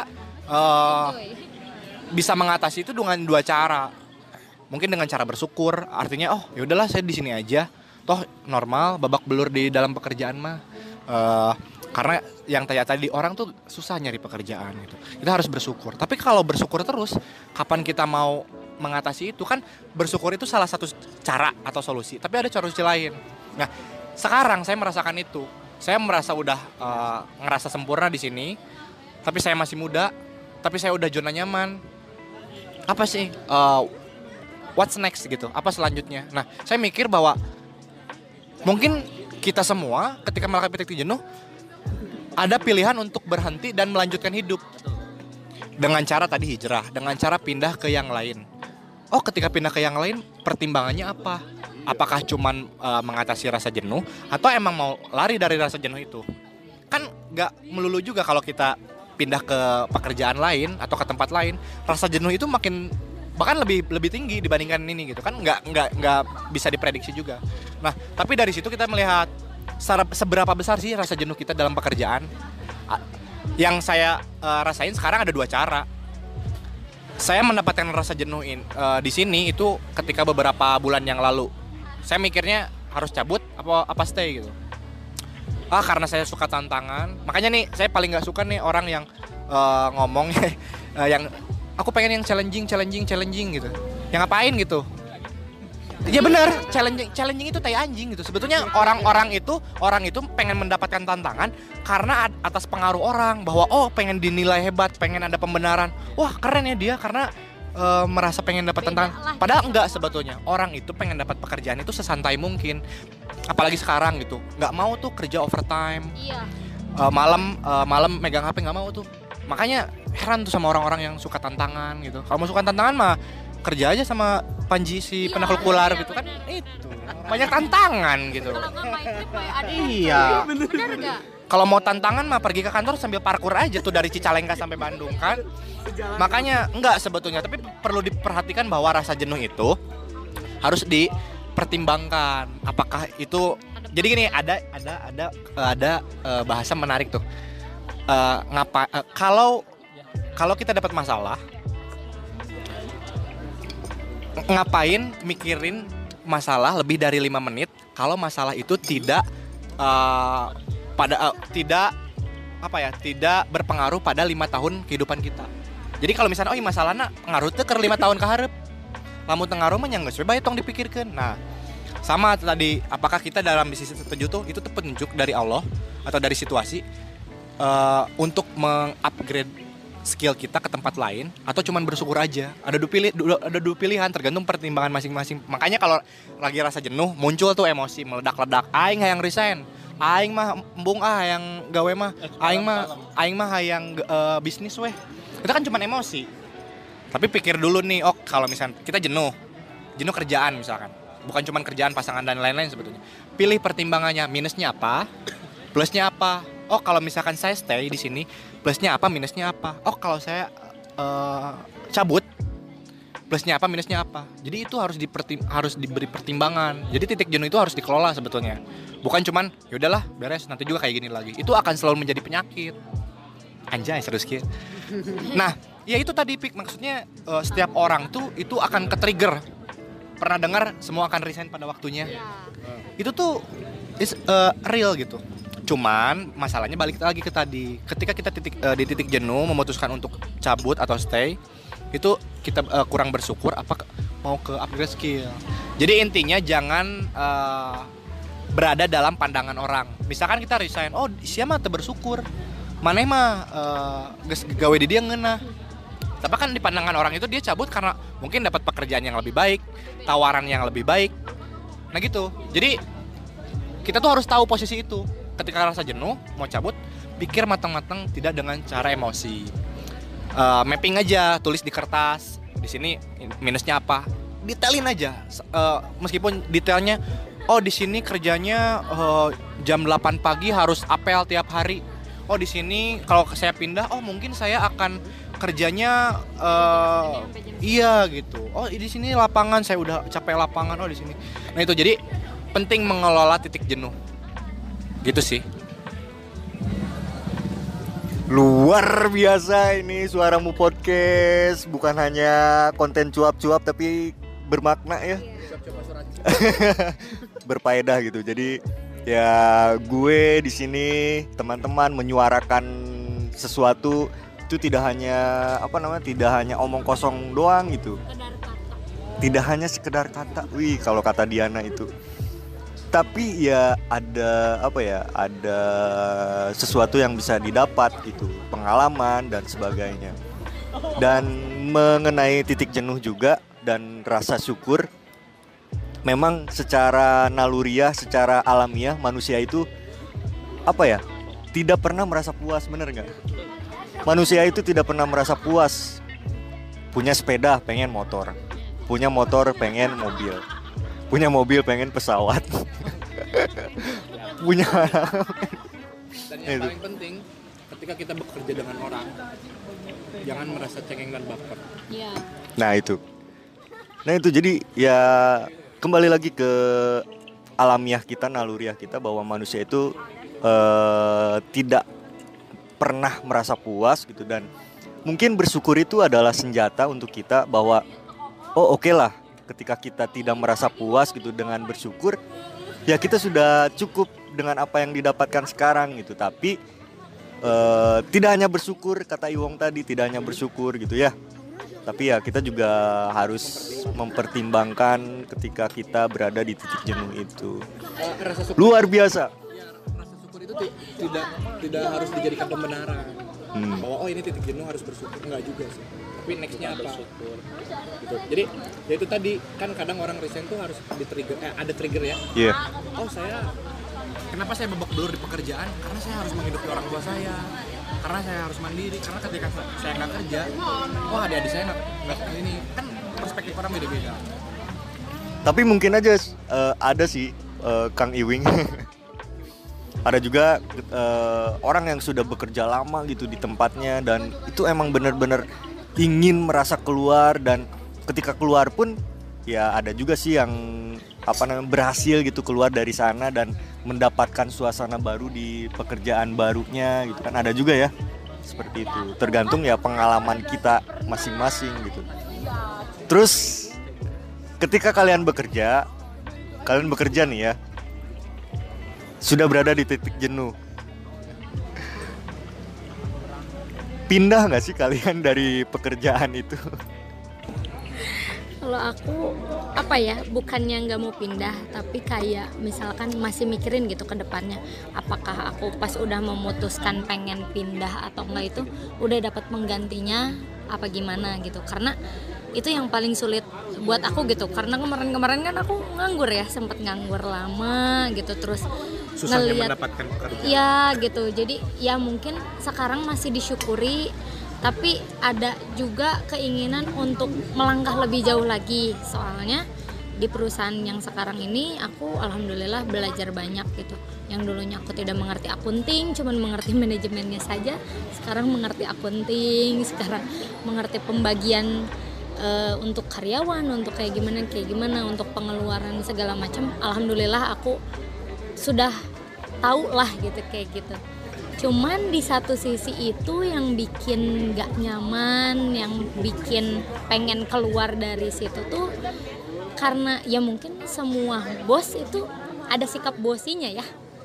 bisa mengatasi itu dengan 2 cara. Mungkin dengan cara bersyukur, artinya ya udahlah saya di sini aja. Toh normal, babak belur di dalam pekerjaan mah. Karena yang tadi orang tuh susah nyari pekerjaan gitu. Kita harus bersyukur. Tapi kalau bersyukur terus, kapan kita mau mengatasi itu? Kan bersyukur itu salah satu cara atau solusi. Tapi ada solusi lain. Nah, sekarang saya merasakan itu. Saya merasa udah ngerasa sempurna di sini. Tapi saya masih muda. Tapi saya udah zona nyaman. Apa sih? What's next gitu? Apa selanjutnya? Nah, saya mikir bahwa mungkin kita semua ketika melakukan titik jenuh ada pilihan untuk berhenti dan melanjutkan hidup dengan cara tadi hijrah, dengan cara pindah ke yang lain. Ketika pindah ke yang lain pertimbangannya apa? Apakah cuman mengatasi rasa jenuh atau emang mau lari dari rasa jenuh itu? Kan nggak melulu juga kalau kita pindah ke pekerjaan lain atau ke tempat lain, rasa jenuh itu bahkan lebih tinggi dibandingkan ini gitu kan, nggak bisa diprediksi juga. Nah, tapi dari situ kita melihat seberapa besar sih rasa jenuh kita dalam pekerjaan. Yang saya rasain sekarang ada 2 cara. Saya mendapatkan rasa jenuh di sini itu ketika beberapa bulan yang lalu. Saya mikirnya harus cabut apa stay gitu. Karena saya suka tantangan. Makanya nih saya paling nggak suka nih orang yang ngomong yang aku pengen yang challenging gitu. Yang ngapain gitu? Ya benar, challenging itu tai anjing gitu. Sebetulnya orang itu pengen mendapatkan tantangan karena atas pengaruh orang bahwa pengen dinilai hebat, pengen ada pembenaran. Wah, keren ya dia karena merasa pengen dapat tantangan. Padahal enggak sebetulnya. Orang itu pengen dapat pekerjaan itu sesantai mungkin. Apalagi sekarang gitu. Enggak mau tuh kerja overtime. Iya. Malam megang HP enggak mau tuh. Makanya heran tuh sama orang-orang yang suka tantangan gitu. Kalau mau suka tantangan mah kerja aja sama Panji si penakluk ular gitu kan. Itu banyak tantangan gitu. Kalau nggak main trip kayak ada. Iya. Bener nggak? Kalau mau tantangan mah pergi ke kantor sambil parkur aja tuh dari Cicalengka sampai Bandung kan. Makanya enggak sebetulnya, tapi perlu diperhatikan bahwa rasa jenuh itu harus dipertimbangkan. Apakah itu jadi gini, ada bahasa menarik tuh. Kalau kita dapat masalah, ngapain mikirin masalah lebih dari 5 menit kalau masalah itu tidak tidak berpengaruh pada 5 tahun kehidupan kita. Jadi kalau misalnya masalahnya pengaruh teh ke 5 tahun ke hareup. Lamun teu ngaruh mah nya geus bae tong dipikirkeun. Nah, sama tadi, apakah kita dalam bisnis tertentu tuh itu petunjuk dari Allah atau dari situasi untuk mengupgrade skill kita ke tempat lain atau cuman bersyukur aja. Ada dua pilihan tergantung pertimbangan masing-masing. Makanya kalau lagi rasa jenuh muncul tuh emosi meledak-ledak. Aing hayang resign. Aing mah embung yang gawe mah. Aing mah hayang bisnis weh. Itu kan cuman emosi. Tapi pikir dulu nih, kalau misalnya kita jenuh kerjaan misalkan. Bukan cuman kerjaan, pasangan dan lain-lain sebetulnya. Pilih pertimbangannya, minusnya apa, plusnya apa. Kalau misalkan saya stay di sini, plusnya apa, minusnya apa. Kalau saya cabut, plusnya apa, minusnya apa. Jadi itu harus diberi pertimbangan. Jadi titik jenuh itu harus dikelola sebetulnya. Bukan cuman yaudahlah beres, nanti juga kayak gini lagi. Itu akan selalu menjadi penyakit. Anjay, serius gitu. Nah, ya itu tadi Pik, maksudnya setiap orang tuh itu akan ke-trigger. Pernah dengar semua akan resign pada waktunya? Ya. Itu tuh real gitu. Cuman masalahnya balik lagi ke tadi. Ketika kita di titik jenuh memutuskan untuk cabut atau stay, itu kita kurang bersyukur mau ke upgrade skill. Jadi intinya jangan berada dalam pandangan orang. Misalkan kita resign, siapa teu bersyukur. Maneh mah geus gawe di dia ngeunah. Tapi kan di pandangan orang itu dia cabut karena mungkin dapat pekerjaan yang lebih baik, tawaran yang lebih baik. Nah gitu. Jadi kita tuh harus tahu posisi itu. Ketika rasa jenuh, mau cabut, pikir matang-matang, tidak dengan cara emosi. Mapping aja, tulis di kertas. Di sini minusnya apa? Detailin aja. Meskipun detailnya, di sini kerjanya jam 8 pagi harus apel tiap hari. Di sini kalau saya pindah, mungkin saya akan kerjanya iya gitu. Di sini lapangan saya udah capek lapangan. Di sini. Nah itu jadi penting mengelola titik jenuh. Gitu sih. Luar biasa ini Suaramu Podcast. Bukan hanya konten cuap-cuap tapi bermakna ya. Berfaedah gitu. Jadi ya gue di sini teman-teman menyuarakan sesuatu itu tidak hanya omong kosong doang gitu. Tidak hanya sekedar kata. Wih, kalau kata Diana itu. Tapi ya ada sesuatu yang bisa didapat gitu, pengalaman dan sebagainya. Dan mengenai titik jenuh juga dan rasa syukur, memang secara naluriah, secara alamiah manusia itu tidak pernah merasa puas, bener nggak? Manusia itu tidak pernah merasa puas. Punya sepeda pengen motor, punya motor pengen mobil, punya mobil pengen pesawat. Punya. Dan yang paling penting ketika kita bekerja dengan orang, jangan merasa cengeng dan baper. Iya. Nah itu jadi ya kembali lagi ke alamiah kita, naluriah kita bahwa manusia itu tidak pernah merasa puas gitu. Dan mungkin bersyukur itu adalah senjata untuk kita bahwa oke lah, ketika kita tidak merasa puas gitu, dengan bersyukur ya kita sudah cukup dengan apa yang didapatkan sekarang gitu. Tapi tidak hanya bersyukur, kata Iwong tadi, tidak hanya bersyukur gitu ya. Tapi ya kita juga harus mempertimbangkan ketika kita berada di titik jenuh itu. Luar biasa. Rasa syukur itu tidak harus dijadikan pembenaran. Bahwa ini titik jenuh harus bersyukur, enggak juga sih. Tapi nextnya apa? Gitu. Jadi ya itu tadi kan kadang orang resign tuh harus ada trigger ya. Iya. Oh kenapa saya babak belur di pekerjaan? Karena saya harus menghidupi orang tua saya. Karena saya harus mandiri. Karena ketika saya nggak kerja, adik-adik saya nggak ini kan perspektif orang beda-beda. Tapi mungkin aja ada sih Kang Iwing. Ada juga orang yang sudah bekerja lama gitu di tempatnya dan itu emang benar-benar ingin merasa keluar, dan ketika keluar pun ya ada juga sih yang berhasil gitu keluar dari sana dan mendapatkan suasana baru di pekerjaan barunya gitu kan, ada juga ya seperti itu, tergantung ya pengalaman kita masing-masing gitu. Terus ketika kalian bekerja nih ya, sudah berada di titik jenuh, pindah nggak sih kalian dari pekerjaan itu? Kalau aku bukannya nggak mau pindah, tapi kayak misalkan masih mikirin gitu ke depannya, apakah aku pas udah memutuskan pengen pindah atau enggak itu udah dapat penggantinya apa gimana gitu. Karena itu yang paling sulit buat aku gitu, karena kemarin kan aku nganggur ya, sempat nganggur lama gitu, terus susahnya ngeliat, mendapatkan pekerjaan. ya gitu. Jadi ya mungkin sekarang masih disyukuri, tapi ada juga keinginan untuk melangkah lebih jauh lagi. Soalnya di perusahaan yang sekarang ini aku alhamdulillah belajar banyak gitu. Yang dulunya aku tidak mengerti akunting, cuman mengerti manajemennya saja, sekarang mengerti akunting, sekarang mengerti pembagian untuk karyawan, untuk kayak gimana, untuk pengeluaran segala macam. Alhamdulillah aku sudah tahu lah gitu kayak gitu. Cuman di satu sisi itu yang bikin gak nyaman, yang bikin pengen keluar dari situ tuh karena ya mungkin semua bos itu ada sikap bosinya ya.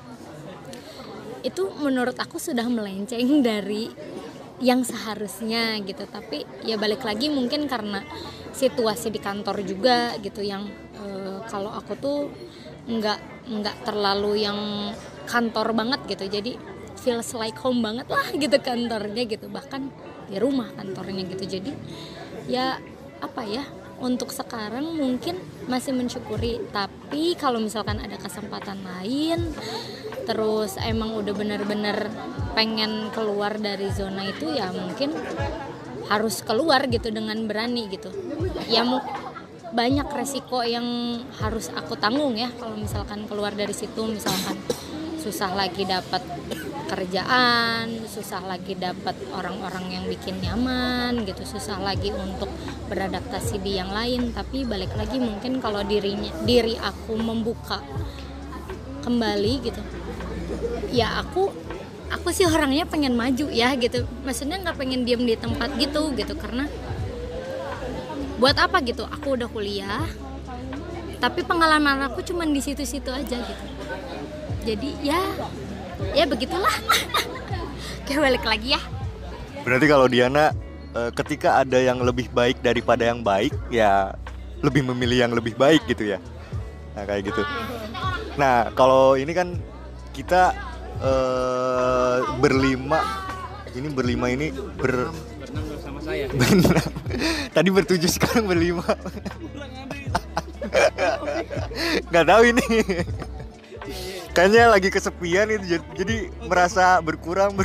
Itu menurut aku sudah melenceng dari yang seharusnya gitu. Tapi ya balik lagi mungkin karena situasi di kantor juga gitu, yang kalau aku tuh nggak terlalu yang kantor banget gitu, jadi feels like home banget lah gitu kantornya gitu, bahkan di rumah kantornya gitu. Jadi ya untuk sekarang mungkin masih mensyukuri, tapi kalau misalkan ada kesempatan lain terus emang udah bener-bener pengen keluar dari zona itu, ya mungkin harus keluar gitu dengan berani gitu. Ya banyak resiko yang harus aku tanggung ya kalau misalkan keluar dari situ. Misalkan susah lagi dapat kerjaan, susah lagi dapat orang-orang yang bikin nyaman gitu, susah lagi untuk beradaptasi di yang lain. Tapi balik lagi mungkin kalau diri aku membuka kembali gitu, ya aku sih orangnya pengen maju ya gitu, maksudnya nggak pengen diem di tempat gitu karena buat apa gitu, aku udah kuliah tapi pengalaman aku cuman di situ-situ aja gitu. Jadi ya begitulah. Kayak balik lagi ya. Berarti kalau Diana ketika ada yang lebih baik daripada yang baik, ya lebih memilih yang lebih baik gitu ya. Nah kayak gitu. Nah kalau ini kan kita berlima ini sama saya. berenam. Tadi bertujuh, sekarang berlima. Nggak tahu ini. Kayaknya lagi kesepian itu, jadi merasa berkurang.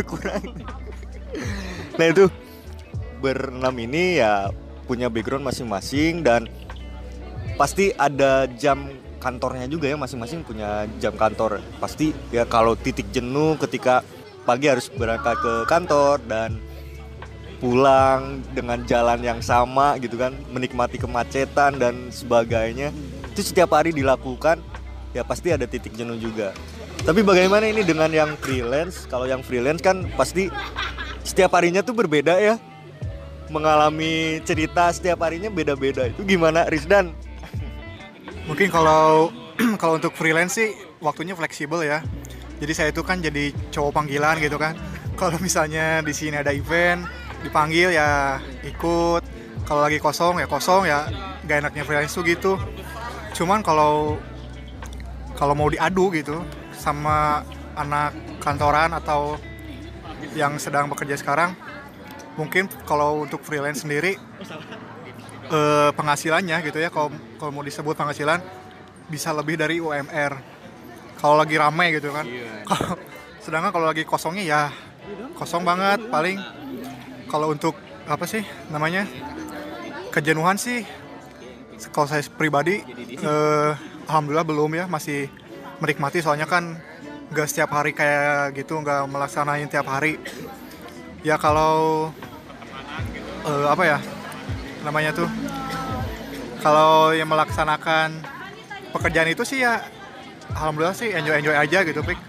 Nah itu berenam ini ya punya background masing-masing dan pasti ada jam kantornya juga ya, masing-masing punya jam kantor. Pasti ya kalau titik jenuh ketika pagi harus berangkat ke kantor dan pulang dengan jalan yang sama gitu kan, menikmati kemacetan dan sebagainya, itu setiap hari dilakukan. Ya pasti ada titik jenuh juga. Tapi bagaimana ini dengan yang freelance? Kalau yang freelance kan pasti setiap harinya tuh berbeda ya, mengalami cerita setiap harinya beda-beda. Itu gimana Rizdan? Mungkin kalau untuk freelance sih waktunya fleksibel ya. Jadi saya itu kan jadi cowok panggilan gitu kan. Kalau misalnya di sini ada event, dipanggil ya ikut. kalau lagi kosong ya gak enaknya freelance tuh gitu. Cuman kalau mau diadu gitu sama anak kantoran atau yang sedang bekerja sekarang, mungkin kalau untuk freelance sendiri penghasilannya gitu ya, kalau mau disebut penghasilan bisa lebih dari UMR kalau lagi ramai gitu kan. Sedangkan kalau lagi kosongnya ya kosong banget. Paling kalau untuk apa sih namanya, kejenuhan sih, kalau saya pribadi alhamdulillah belum ya, masih menikmati. Soalnya kan gak setiap hari kayak gitu, gak melaksanain tiap hari ya. Kalau apa ya namanya tuh, kalau yang melaksanakan pekerjaan itu sih ya alhamdulillah sih enjoy aja gitu, Pik.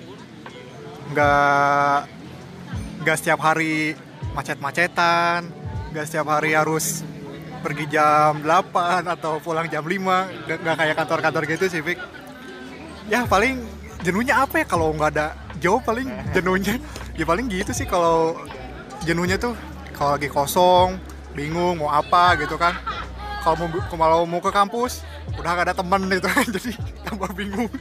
Nggak setiap hari macet-macetan, nggak setiap hari harus pergi jam 8 atau pulang jam 5, nggak kayak kantor-kantor gitu sih, Pik. Ya paling jenuhnya apa ya, kalau nggak ada job paling jenuhnya ya paling gitu sih. Kalau jenuhnya tuh kalau lagi kosong, bingung mau apa gitu kan. Kalau mau ke kampus udah gak ada teman gitu kan, jadi tambah bingung.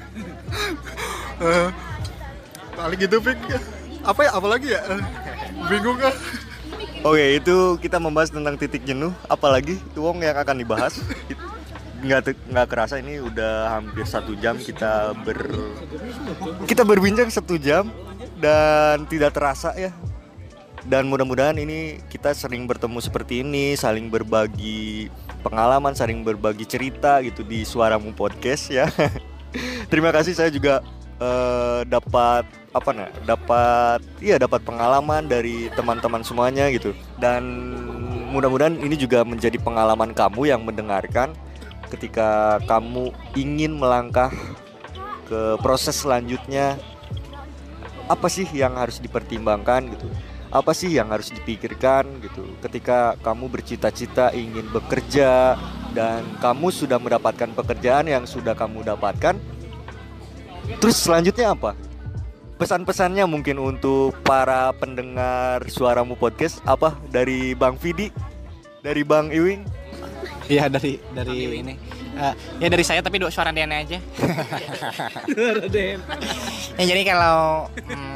Paling gitu, Pik. Apalagi ya, bingung kan. Oke, itu kita membahas tentang titik jenuh. Apalagi Wong yang akan dibahas. Nggak kerasa ini udah hampir 1 jam kita berbincang 1 jam dan tidak terasa ya. Dan mudah-mudahan ini kita sering bertemu seperti ini, saling berbagi pengalaman, saling berbagi cerita gitu di Suaramu Podcast ya. Terima kasih, saya juga dapat pengalaman dari teman-teman semuanya gitu. Dan mudah-mudahan ini juga menjadi pengalaman kamu yang mendengarkan ketika kamu ingin melangkah ke proses selanjutnya. Apa sih yang harus dipertimbangkan gitu? Apa sih yang harus dipikirkan gitu ketika kamu bercita-cita ingin bekerja dan kamu sudah mendapatkan pekerjaan yang sudah kamu dapatkan? Terus selanjutnya apa? Pesan-pesannya mungkin untuk para pendengar Suaramu Podcast apa dari Bang Vidi, dari Bang Iwing? Iya, dari ini. Ya dari saya, tapi suara DNA aja. Ya jadi kalau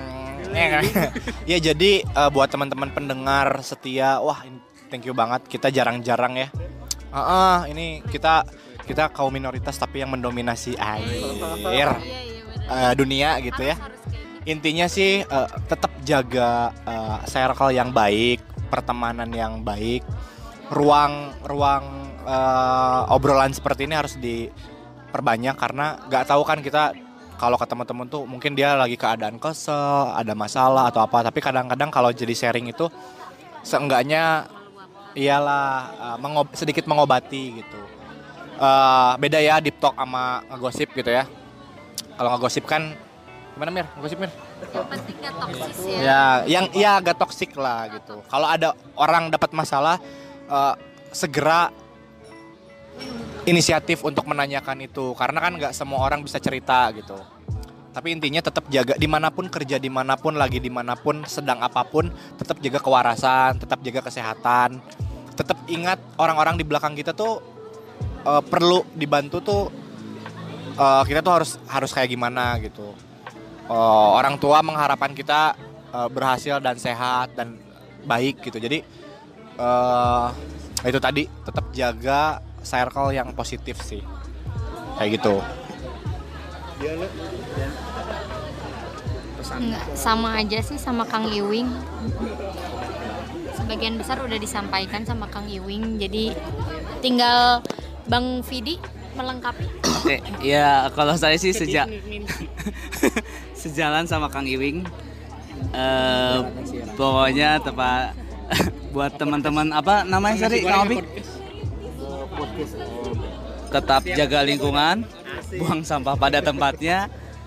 ya jadi buat teman-teman pendengar setia, wah thank you banget, kita jarang-jarang ya. Ini kita kaum minoritas tapi yang mendominasi air dunia gitu ya. Intinya sih tetap jaga circle yang baik, pertemanan yang baik, ruang obrolan seperti ini harus diperbanyak, karena nggak tahu kan kita kalau ke teman-teman tuh mungkin dia lagi keadaan kesel, ada masalah atau apa, tapi kadang-kadang kalau jadi sharing itu seenggaknya iyalah sedikit mengobati gitu. Beda ya deep talk sama ngegosip gitu ya. Kalau ngegosip kan gimana, Mir? Ngegosip, Mir? Yang penting gak toksis ya. Ya agak toksik lah gitu. Kalau ada orang dapat masalah, segera inisiatif untuk menanyakan itu, karena kan nggak semua orang bisa cerita gitu. Tapi intinya tetap jaga, dimanapun kerja, dimanapun lagi, dimanapun sedang apapun, tetap jaga kewarasan, tetap jaga kesehatan, tetap ingat orang-orang di belakang kita tuh perlu dibantu tuh. Kita tuh harus kayak gimana gitu. Orang tua mengharapkan kita berhasil dan sehat dan baik gitu. Jadi itu tadi, tetap jaga circle yang positif sih, kayak gitu. Enggak, sama aja sih sama Kang Iwing. Sebagian besar udah disampaikan sama Kang Iwing, jadi tinggal Bang Vidi melengkapi. Ya kalau saya sih sejalan sama Kang Iwing. Pokoknya tepat buat teman-teman, apa namanya tadi Kang Opi? Tetap jaga lingkungan, buang sampah pada tempatnya.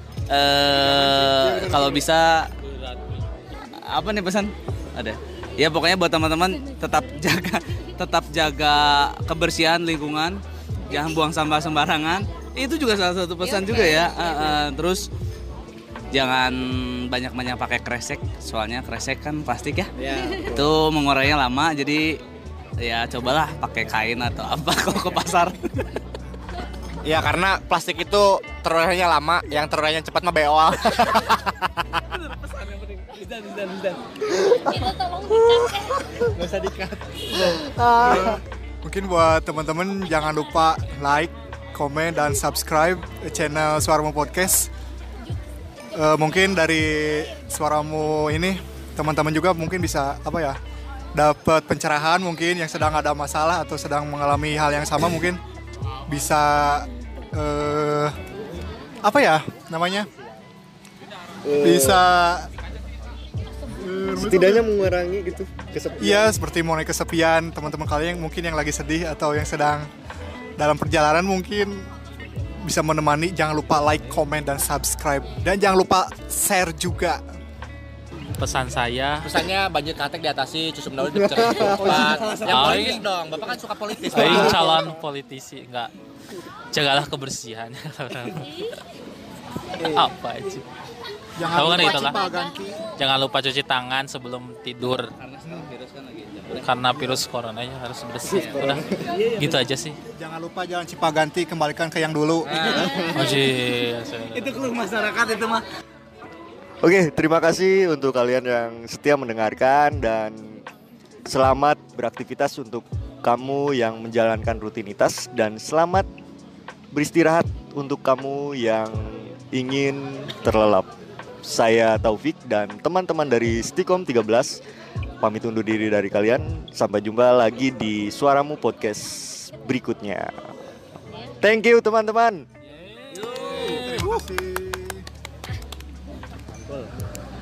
Kalau bisa apa nih pesan? Ada. Ya pokoknya buat teman-teman tetap jaga kebersihan lingkungan, jangan buang sampah sembarangan. Itu juga salah satu pesan juga ya. Terus jangan banyak-banyak pakai kresek, soalnya kresek kan plastik ya. Itu mengurainya lama, jadi ya cobalah pakai kain atau apa kalau ke pasar. Ya karena plastik itu terurainya lama, yang terurainya cepat mah beol. Itu tolong dikat. Gak usah dikat. Mungkin buat teman-teman jangan lupa like, komen, dan subscribe channel Suaramu Podcast. Mungkin dari Suaramu ini teman-teman juga mungkin bisa dapat pencerahan mungkin yang sedang ada masalah atau sedang mengalami hal yang sama, mungkin bisa bisa Setidaknya mengurangi gitu kesepian. iya, seperti mengenai kesepian teman-teman kalian mungkin yang lagi sedih atau yang sedang dalam perjalanan, mungkin bisa menemani. Jangan lupa like, comment, dan subscribe, dan jangan lupa share juga. Pesan saya, Pesannya banjir katek diatasi, cusum daun cepat. Yang politis dong, Bapak kan suka politis. saya calon politisi enggak, jagalah kebersihan. Apa aja. Jangan Tahu kan lupa itulah. cipaganti. Jangan lupa cuci tangan sebelum tidur karena virus coronanya harus bersih. Udah gitu aja sih. Jangan lupa jalan Cipaganti, kembalikan ke yang dulu. Itu keluh masyarakat itu mah. Oke, terima kasih untuk kalian yang setia mendengarkan, dan selamat beraktivitas untuk kamu yang menjalankan rutinitas, dan selamat beristirahat untuk kamu yang ingin terlelap. Saya Taufik dan teman-teman dari Stikom 13 pamit undur diri dari kalian. Sampai jumpa lagi di Suaramu Podcast berikutnya. Thank you teman-teman. Terima kasih.